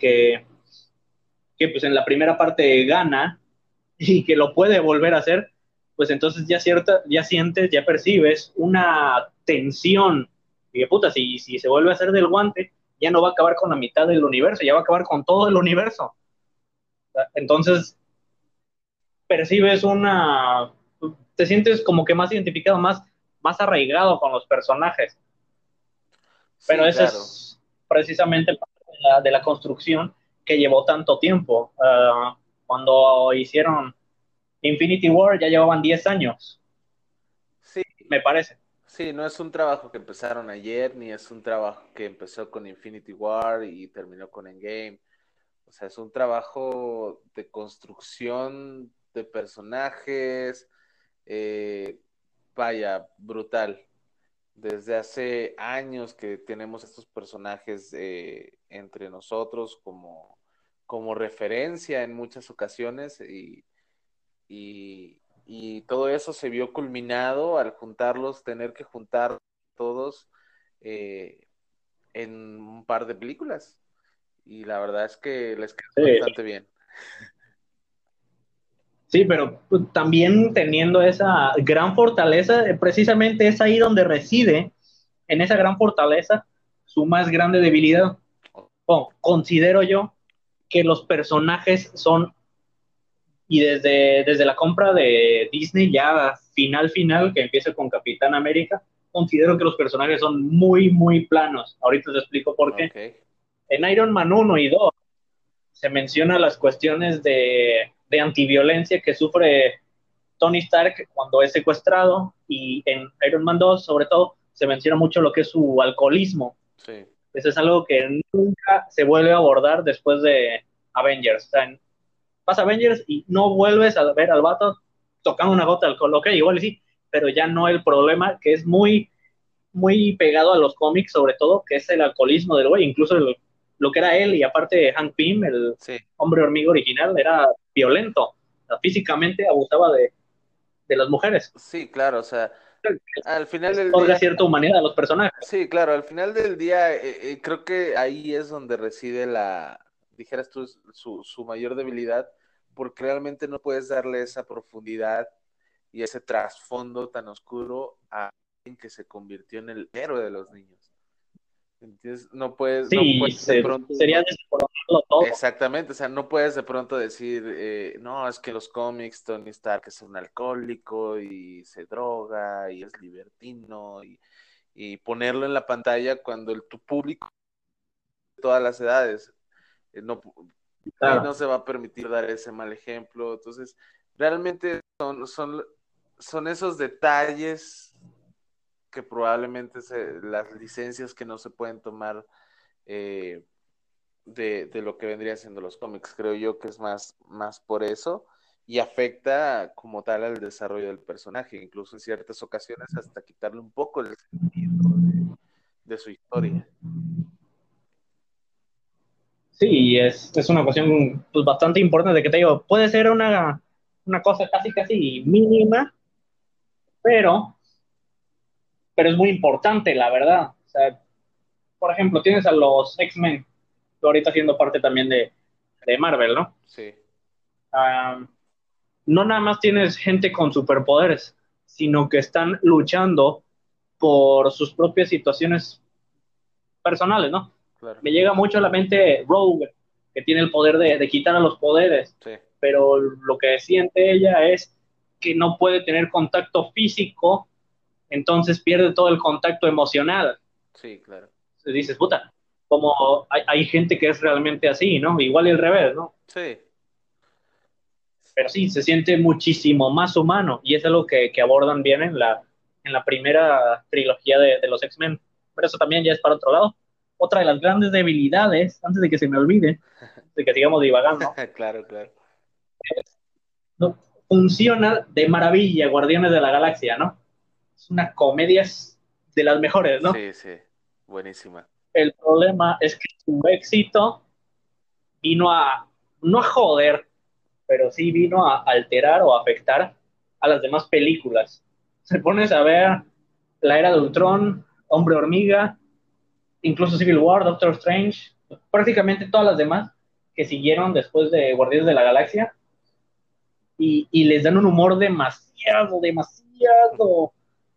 que pues en la primera parte gana y que lo puede volver a hacer, pues entonces ya sientes, ya percibes una tensión. Y de puta, si se vuelve a hacer del guante, ya no va a acabar con la mitad del universo, ya va a acabar con todo el universo. Entonces percibes te sientes como que más identificado, más arraigado con los personajes. Pero Sí, ese claro. es precisamente parte de la construcción que llevó tanto tiempo. Cuando hicieron Infinity War ya llevaban 10 años, Sí, me parece. sí, no es un trabajo que empezaron ayer, ni es un trabajo que empezó con Infinity War y terminó con Endgame. O sea, es un trabajo de construcción de personajes, eh, vaya, brutal. Desde hace años que tenemos estos personajes entre nosotros como referencia en muchas ocasiones y todo eso se vio culminado al juntarlos, tener que juntar todos eh, en un par de películas. Y la verdad es que les quedó Sí, bastante bien. sí, pero pues, también teniendo esa gran fortaleza, precisamente es ahí donde reside, en esa gran fortaleza, su más grande debilidad. Considero yo que los personajes son, y desde la compra de Disney ya final, que empieza con Capitán América, considero que los personajes son muy, muy planos. Ahorita te explico por qué. Ok, En Iron Man 1 y 2 se menciona las cuestiones de antiviolencia que sufre Tony Stark cuando es secuestrado, y en Iron Man 2 sobre todo se menciona mucho lo que es su alcoholismo. sí, Eso es algo que nunca se vuelve a abordar después de Avengers. O sea, vas a Avengers y no vuelves a ver al vato tocando una gota de alcohol. Ok, igual sí, pero ya no el problema que es muy, muy pegado a los cómics, sobre todo, que es el alcoholismo del güey. Incluso lo que era él, y aparte Hank Pym, el sí, hombre hormiga original, era violento. O sea, físicamente abusaba de las mujeres. sí, claro, o sea, al final del Otorga día, cierta humanidad a los personajes. sí, claro, al final del día creo que ahí es donde reside dijeras tú, su mayor debilidad, porque realmente no puedes darle esa profundidad y ese trasfondo tan oscuro a alguien que se convirtió en el héroe de los niños. ¿Entiendes? No Sí, puedes de pronto, sería descoronarlo todo. exactamente, o sea, no puedes de pronto decir, no, es que los cómics, Tony Stark es un alcohólico y se droga y es libertino y ponerlo en la pantalla cuando tu público de todas las edades no, no Claro. se va a permitir dar ese mal ejemplo. Entonces, realmente son esos detalles que probablemente las licencias que no se pueden tomar eh, de lo que vendrían siendo los cómics. Creo yo que es más por eso y afecta como tal al desarrollo del personaje, incluso en ciertas ocasiones hasta quitarle un poco el sentido de su historia. Sí, es una cuestión pues, bastante importante que te digo, puede ser una cosa casi mínima, pero, pero es muy importante, la verdad. O sea, por ejemplo, tienes a los X-Men, que ahorita siendo parte también de Marvel, ¿no? Sí, Ah, no nada más tienes gente con superpoderes, sino que están luchando por sus propias situaciones personales, ¿no? Claro. Me llega mucho a la mente Rogue, que tiene el poder de quitar a los poderes, Sí, pero lo que siente ella es que no puede tener contacto físico, entonces pierde todo el contacto emocional. sí, claro. Entonces dices, puta, como hay gente que es realmente así, ¿no? Igual y al revés, ¿no? Sí, Pero sí, se siente muchísimo más humano y es algo que abordan bien en la primera trilogía de los X-Men. Pero eso también ya es para otro lado. Otra de las grandes debilidades, antes de que se me olvide, de que sigamos divagando, claro, claro. ¿no? Funciona de maravilla Guardianes de la Galaxia, ¿no? Es una comedia de las mejores, ¿no? Sí, sí, buenísima. El problema es que su éxito vino a, no a joder, pero sí vino a alterar o afectar a las demás películas. Se pones a ver La Era de Ultron, Hombre Hormiga, incluso Civil War, Doctor Strange, prácticamente todas las demás que siguieron después de Guardianes de la Galaxia y les dan un humor demasiado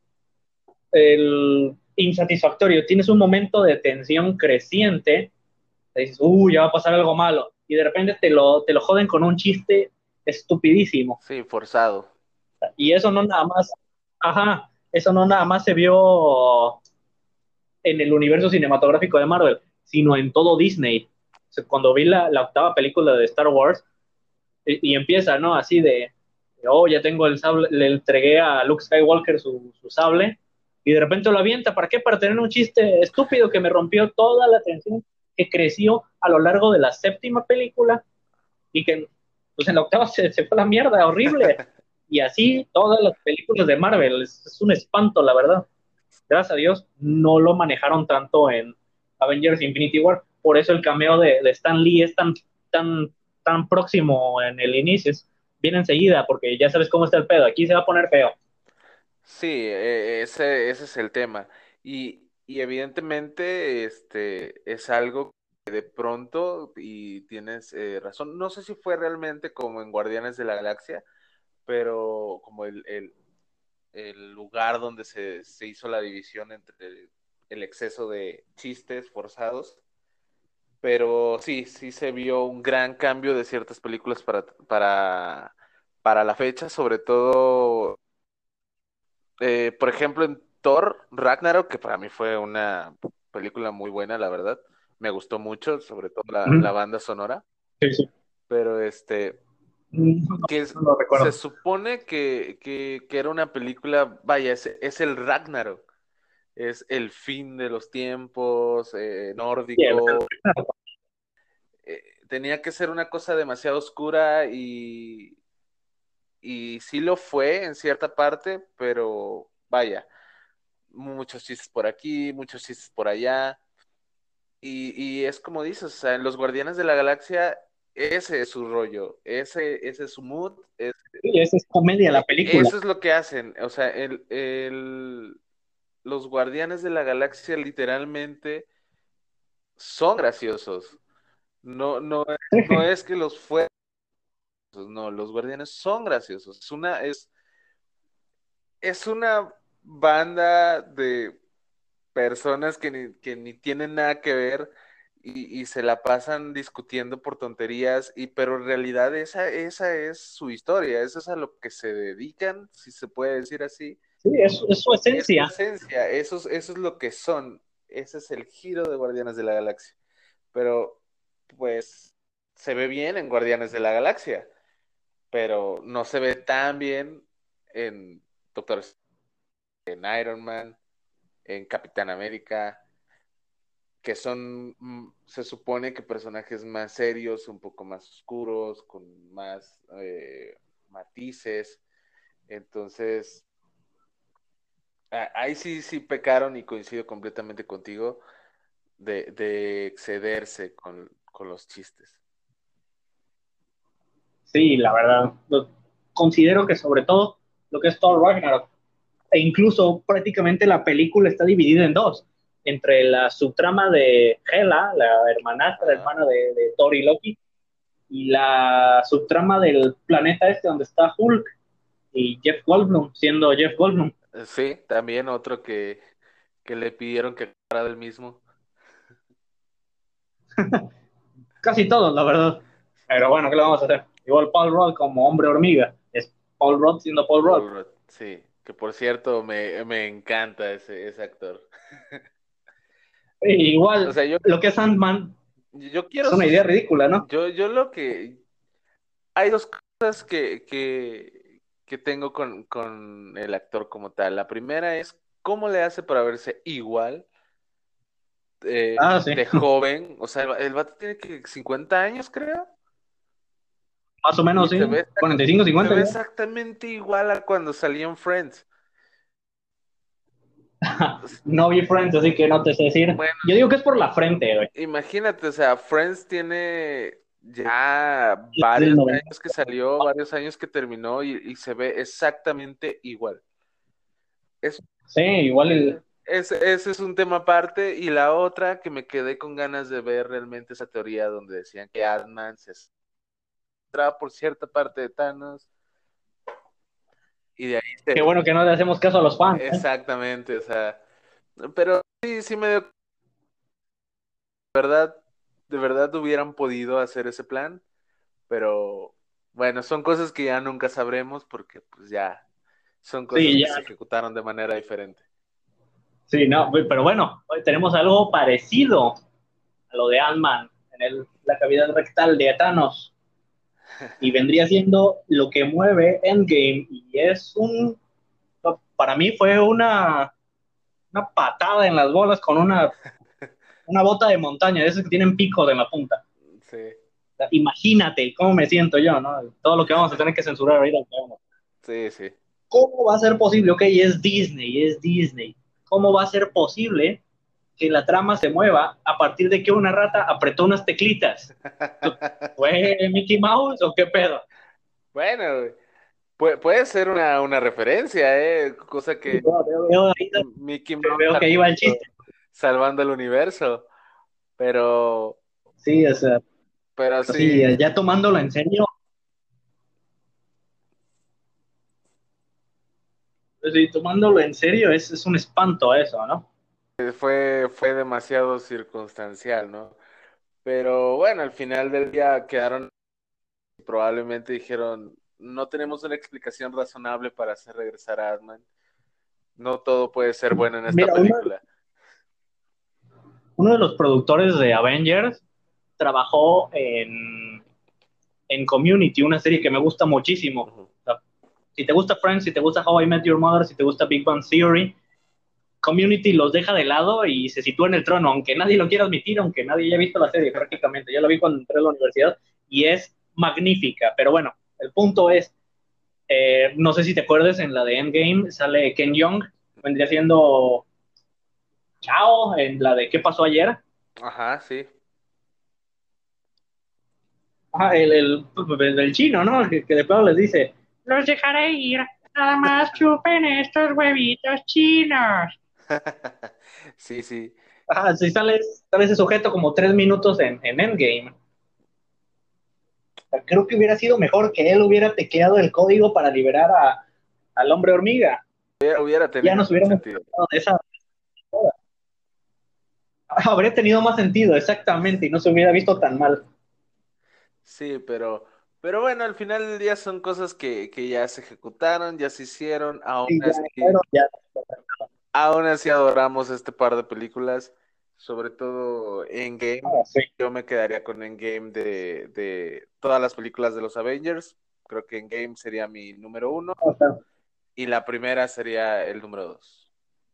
insatisfactorio. Tienes un momento de tensión creciente, te dices, ya va a pasar algo malo, y de repente te lo joden con un chiste estupidísimo. Sí, forzado. Y eso no nada más, ajá, eso no nada más se vio en el universo cinematográfico de Marvel, sino en todo Disney. O sea, cuando vi la octava película de Star Wars y empieza, ¿no? Así ya tengo el sable, le entregué a Luke Skywalker su sable y de repente lo avienta. ¿Para qué? Para tener un chiste estúpido que me rompió toda la tensión que creció a lo largo de la séptima película y que pues en la octava se fue a la mierda, horrible. Y así todas las películas de Marvel, es un espanto, la verdad. Gracias a Dios no lo manejaron tanto en Avengers Infinity War, por eso el cameo de Stan Lee es tan, tan próximo en el inicio, viene enseguida, porque ya sabes cómo está el pedo, aquí se va a poner feo. Sí, ese es el tema. Y evidentemente es algo que de pronto, y tienes razón, no sé si fue realmente como en Guardianes de la Galaxia, pero como el lugar donde se hizo la división entre el exceso de chistes forzados, pero sí, sí se vio un gran cambio de ciertas películas para la fecha, sobre todo por ejemplo, en Thor Ragnarok, que para mí fue una película muy buena, la verdad. Me gustó mucho, sobre todo la Ujú. banda sonora. Sí, sí. Pero No, que no lo se recuerdo. supone que era una película, vaya, es el Ragnarok. Es el fin de los tiempos, Sí, nórdico. Tenía que ser una cosa demasiado oscura y sí lo fue en cierta parte, pero vaya. Muchos chistes por aquí, muchos chistes por allá. Y es como dices, o sea, en los Guardianes de la Galaxia, ese es su rollo, ese es su mood, sí, esa es comedia la película. eso es lo que hacen. O sea, los Guardianes de la Galaxia literalmente son graciosos. No, no, no es que los fueran, no, los Guardianes son graciosos. Es una banda de personas que ni tienen nada que ver y se la pasan discutiendo por tonterías, pero en realidad esa es su historia, eso es a lo que se dedican, si se puede decir así. Sí, es su Es su esencia. esencia, eso es lo que son, ese es el giro de Guardianes de la Galaxia. Pero, pues, se ve bien en Guardianes de la Galaxia, pero no se ve tan bien en Doctor Strange, en Iron Man, en Capitán América, que son, se supone que personajes más serios, un poco más oscuros, con más matices. Entonces, ahí sí, sí pecaron y coincido completamente contigo de excederse con los chistes. Sí, la verdad. Considero que sobre todo lo que es Thor Ragnarok, e incluso prácticamente la película está dividida en dos, entre la subtrama de Hela, la hermanastra, Ajá, hermana de Thor y Loki, y la subtrama del planeta este donde está Hulk y Jeff Goldblum, siendo Jeff Goldblum. Sí, también otro que le pidieron que actuara del mismo. Casi todos, la verdad. Pero bueno, ¿qué le vamos a hacer? Igual Paul Rudd como hombre hormiga. Es Paul Rudd siendo Paul Rudd. Paul Rudd, sí, que por cierto me encanta ese actor. O Igual, sea, lo que es Ant-Man yo es quiero, una idea ridícula, ¿no? yo lo que, hay dos cosas que tengo con el actor como tal. La primera es cómo le hace para verse igual Ah, sí. de joven. O sea, el vato tiene que 50 años, creo. Más o Y menos, sí. 45, se 50 ve ya. exactamente igual a cuando salía en Friends. No vi Friends, así que no te sé decir. Bueno, Yo digo que es por la frente, güey. imagínate, o sea, Friends tiene ya Es del varios 90. años que salió, varios años que terminó y se ve exactamente igual. Es, Sí, igual el. ese es un tema aparte. Y la otra que me quedé con ganas de ver realmente esa teoría donde decían que Ant-Man se entraba por cierta parte de Thanos y de ahí Qué se... bueno que no le hacemos caso a los fans, ¿eh? Exactamente, o sea, pero sí, sí me dio verdad, de verdad hubieran podido hacer ese plan, pero bueno, son cosas que ya nunca sabremos porque pues ya son cosas Sí, que ya. se ejecutaron de manera diferente. Sí, no, pero bueno, hoy tenemos algo parecido a lo de Ant-Man en la cavidad rectal de Thanos. Y vendría siendo lo que mueve Endgame. Y es un. Para mí fue una patada en las bolas con una bota de montaña, de esas que tienen picos en la punta. Sí, O sea, imagínate cómo me siento yo, ¿no? Todo lo que vamos a tener que censurar ahorita. sí, sí. ¿Cómo va a ser posible? Ok, es Disney, es Disney. ¿Cómo va a ser posible que la trama se mueva a partir de que una rata apretó unas teclitas? ¿Fue Mickey Mouse o qué pedo? Bueno, puede ser una referencia, cosa que Mickey Mouse Veo que iba el salvando, chiste. salvando el universo, pero, Sí, o sea, pero sí, sí, ya tomándolo en serio, sí, tomándolo en serio es un espanto eso, ¿no? fue demasiado circunstancial, ¿no? Pero bueno, al final del día quedaron, probablemente dijeron, no tenemos una explicación razonable para hacer regresar a Ant-Man. No todo puede ser bueno en esta Mira, película. uno de los productores de Avengers trabajó en Community, una serie que me gusta muchísimo. Ujú. O sea, si te gusta Friends, si te gusta How I Met Your Mother, si te gusta Big Bang Theory, Community los deja de lado y se sitúa en el trono, aunque nadie lo quiera admitir, aunque nadie haya visto la serie prácticamente. Yo la vi cuando entré a la universidad y es magnífica. Pero bueno, el punto es, no sé si te acuerdas, en la de Endgame sale Ken Jeong, vendría siendo Chao, en la de ¿Qué pasó ayer? Ajá, sí. Ajá, el chino, ¿no? Que de plano les dice, los dejaré ir, nada más chupen estos huevitos chinos. Sí, sí. Ajá, sí sale ese sujeto como 3 minutos en Endgame. O sea, creo que hubiera sido mejor que él hubiera tecleado el código para liberar al hombre hormiga. Hubiera Ya tenido nos hubiéramos sentido. tratado de esa. Habría tenido más sentido, exactamente, y no se hubiera visto tan mal. Sí, pero bueno, al final del día son cosas que ya se ejecutaron, ya se hicieron, Y ya, pero ya. aún así adoramos este par de películas, sobre todo Endgame. Ah, sí. Yo me quedaría con Endgame de todas las películas de los Avengers. Creo que Endgame sería mi número uno O sea, y la primera sería el número dos.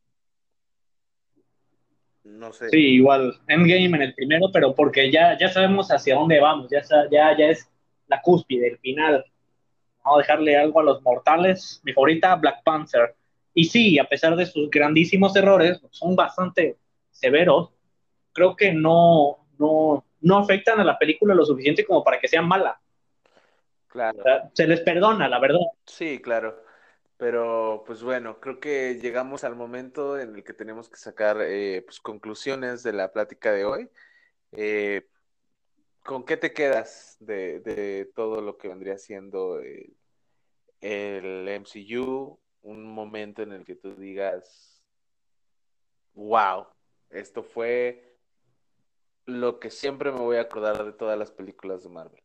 No sé. sí, igual, Endgame en el primero, pero porque ya sabemos hacia dónde vamos, ya es la cúspide, el final. Vamos a dejarle algo a los mortales. Mi favorita, Black Panther. Y sí, a pesar de sus grandísimos errores, son bastante severos, creo que no afectan a la película lo suficiente como para que sea mala. O Claro, sea, se les perdona, la verdad. sí, claro. Pero pues bueno, creo que llegamos al momento en el que tenemos que sacar pues, conclusiones de la plática de hoy. Eh, ¿Con qué te quedas de todo lo que vendría siendo el MCU? Un momento en el que tú digas, wow, esto fue lo que siempre me voy a acordar de todas las películas de Marvel.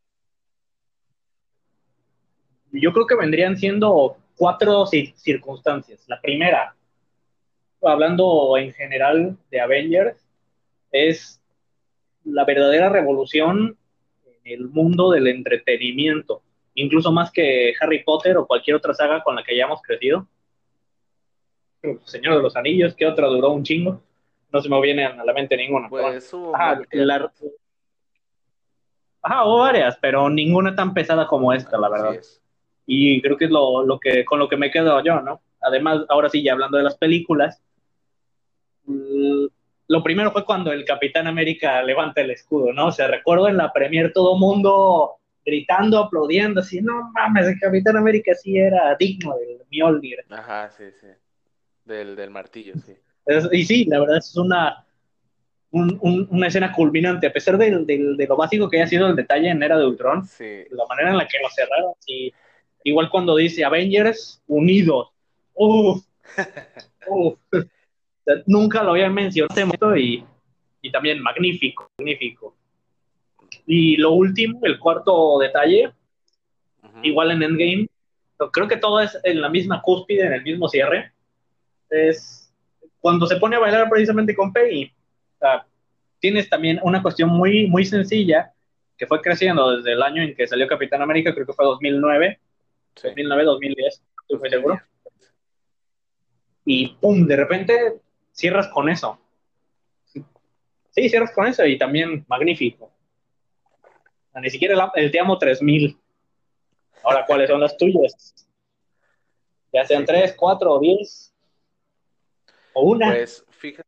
Yo creo que vendrían siendo cuatro circunstancias. La primera, hablando en general de Avengers, es la verdadera revolución en el mundo del entretenimiento, incluso más que Harry Potter o cualquier otra saga con la que hayamos crecido. Señor de los Anillos, ¿qué otra duró un chingo? No se me viene a la mente ninguna. Pero bueno. Pues hubo varias. Hubo varias, pero ninguna tan pesada como esta, la Así verdad. es. Y creo que es lo que, con lo que me quedo yo, ¿no? Además, ahora sí, ya hablando de las películas, mm, lo primero fue cuando el Capitán América levanta el escudo, ¿no? O sea, recuerdo en la premier todo mundo gritando, aplaudiendo, así, no mames, el Capitán América sí era digno del Mjolnir. Ajá, sí, sí. Del martillo, sí. Y sí, la verdad es una escena culminante, a pesar de lo básico que haya sido el detalle en Era de Ultron, Sí. la manera en la que lo cerraron, y igual cuando dice Avengers unidos, uff, uff, nunca lo habían mencionado y también magnífico, magnífico. Y lo último, el cuarto detalle, Ujú. igual en Endgame, creo que todo es en la misma cúspide, en el mismo cierre, es cuando se pone a bailar precisamente con Peggy. O sea, tienes también una cuestión muy, muy sencilla que fue creciendo desde el año en que salió Capitán América, creo que fue 2009, Sí. 2009, 2010, no estoy muy seguro. 2010. Y pum, de repente cierras con eso. Sí, cierras con eso y también magnífico. Ni siquiera el Te Amo 3000. Ahora, ¿cuáles son las tuyas? Ya sean Sí, 3, pues. 4 o 10 o una. Pues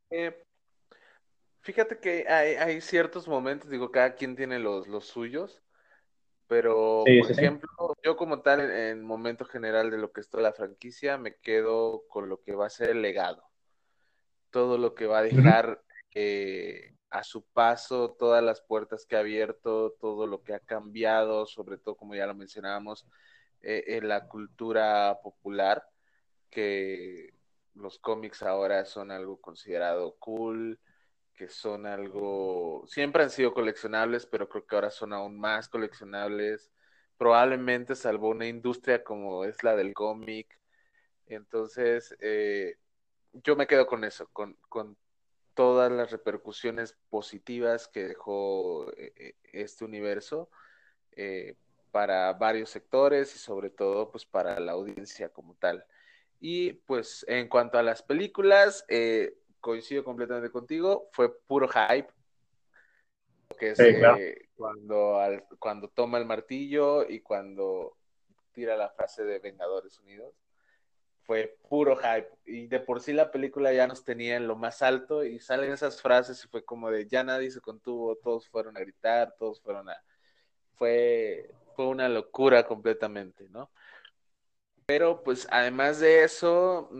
fíjate que hay ciertos momentos, digo, cada quien tiene los suyos, pero Sí, por sí, sí. ejemplo, yo como tal, en momento general de lo que es toda la franquicia, me quedo con lo que va a ser el legado, todo lo que va a Uh -huh. dejar a su paso, todas las puertas que ha abierto, todo lo que ha cambiado, sobre todo como ya lo mencionábamos, en la cultura popular, que los cómics ahora son algo considerado cool, que son algo, siempre han sido coleccionables, pero creo que ahora son aún más coleccionables. Probablemente salvó una industria como es la del cómic. Entonces, yo me quedo con eso, con todas las repercusiones positivas que dejó este universo eh, para varios sectores y sobre todo pues para la audiencia como tal. Y pues en cuanto a las películas, coincido completamente contigo, fue puro hype, que es Sí, claro. cuando toma el martillo y cuando tira la frase de Vengadores Unidos. Fue puro hype y de por sí la película ya nos tenía en lo más alto y salen esas frases y fue como de ya nadie se contuvo, todos fueron a gritar, todos fueron a... Fue una locura completamente, ¿no? Pero pues además de eso,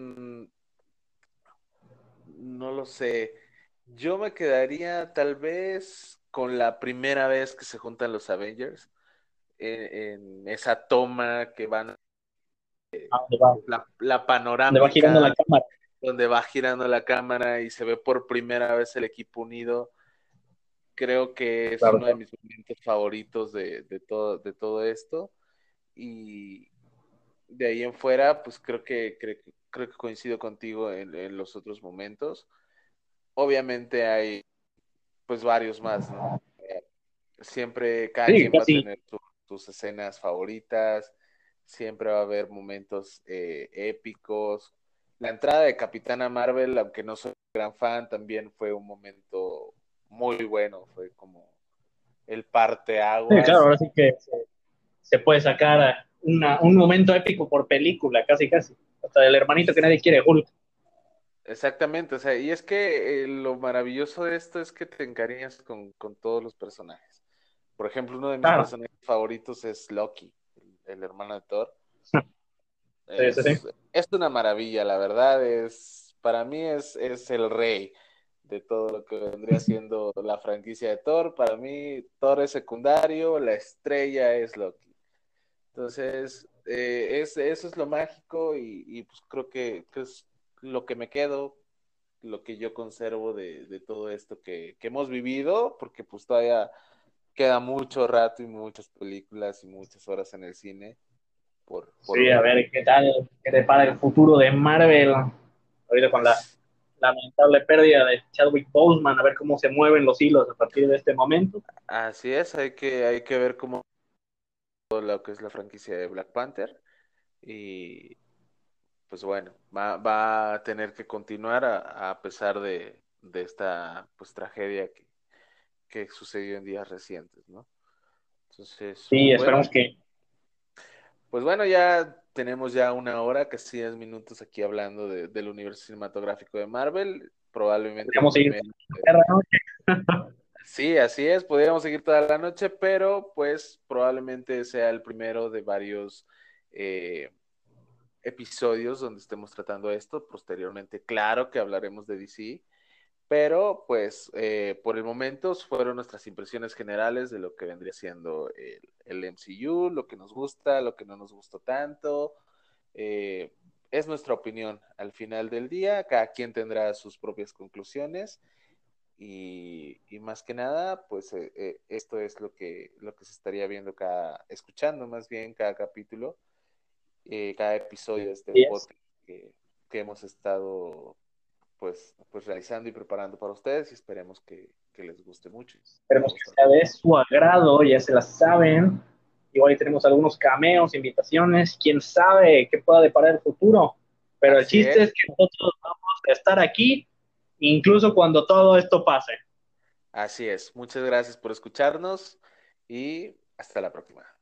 no lo sé. Yo me quedaría tal vez con la primera vez que se juntan los Avengers, en esa toma que van, la Donde va girando la panorámica, cámara. donde va girando la cámara y se ve por primera vez el equipo unido. Creo que es Claro, uno de claro. mis momentos favoritos de todo esto. Y de ahí en fuera, pues creo que coincido contigo en los otros momentos. Obviamente hay pues varios más, ¿no? Siempre cada Sí, quien va a casi. tener sus escenas favoritas, siempre va a haber momentos épicos. La entrada de Capitana Marvel, aunque no soy gran fan, también fue un momento muy bueno, fue como el Sí, claro, parteaguas. ahora sí que se puede sacar un momento épico por película, casi, casi. Hasta el hermanito que nadie quiere, Hulk. Exactamente, o sea, y es que lo maravilloso de esto es que te encariñas con todos los personajes. Por ejemplo, uno de mis Claro. personajes favoritos es Loki, el hermano de Thor. Sí, sí, sí. Es una maravilla, la verdad, para mí es el rey. de todo lo que vendría siendo la franquicia de Thor. Para mí, Thor es secundario, la estrella es Loki. Entonces, eso es lo mágico y pues creo que es lo que me quedo, lo que yo conservo de todo esto que hemos vivido, porque pues todavía queda mucho rato y muchas películas y muchas horas en el cine por Sí, a ver. ver qué tal, qué te para el futuro de Marvel. Ahorita con la lamentable pérdida de Chadwick Boseman, a ver cómo se mueven los hilos a partir de este momento. Así es, hay que ver cómo lo que es la franquicia de Black Panther y pues bueno, va a tener que continuar a pesar de esta pues tragedia que sucedió en días recientes, ¿no? Entonces, Sí, esperemos que pues bueno, ya tenemos ya una hora, casi 10 minutos aquí hablando del universo cinematográfico de Marvel, probablemente el podamos seguir primero. ¿no? Sí, así es, podríamos seguir toda la noche, pero pues probablemente sea el primero de varios eh, episodios donde estemos tratando esto. Posteriormente, claro que hablaremos de DC, pero pues por el momento fueron nuestras impresiones generales de lo que vendría siendo el MCU, lo que nos gusta, lo que no nos gustó tanto. Eh, es nuestra opinión al final del día, cada quien tendrá sus propias conclusiones y más que nada, pues esto es lo que se estaría viendo escuchando más bien cada capítulo, cada episodio de este Sí, es. podcast que hemos estado pues realizando y preparando para ustedes y esperemos que les guste mucho. Me ha Esperemos que gustado. sea de su agrado, ya se la saben. Igual y tenemos algunos cameos, invitaciones, quién sabe qué pueda deparar el futuro. Pero el Así chiste es es, que nosotros vamos a estar aquí, incluso cuando todo esto pase. así es. Muchas gracias por escucharnos y hasta la próxima.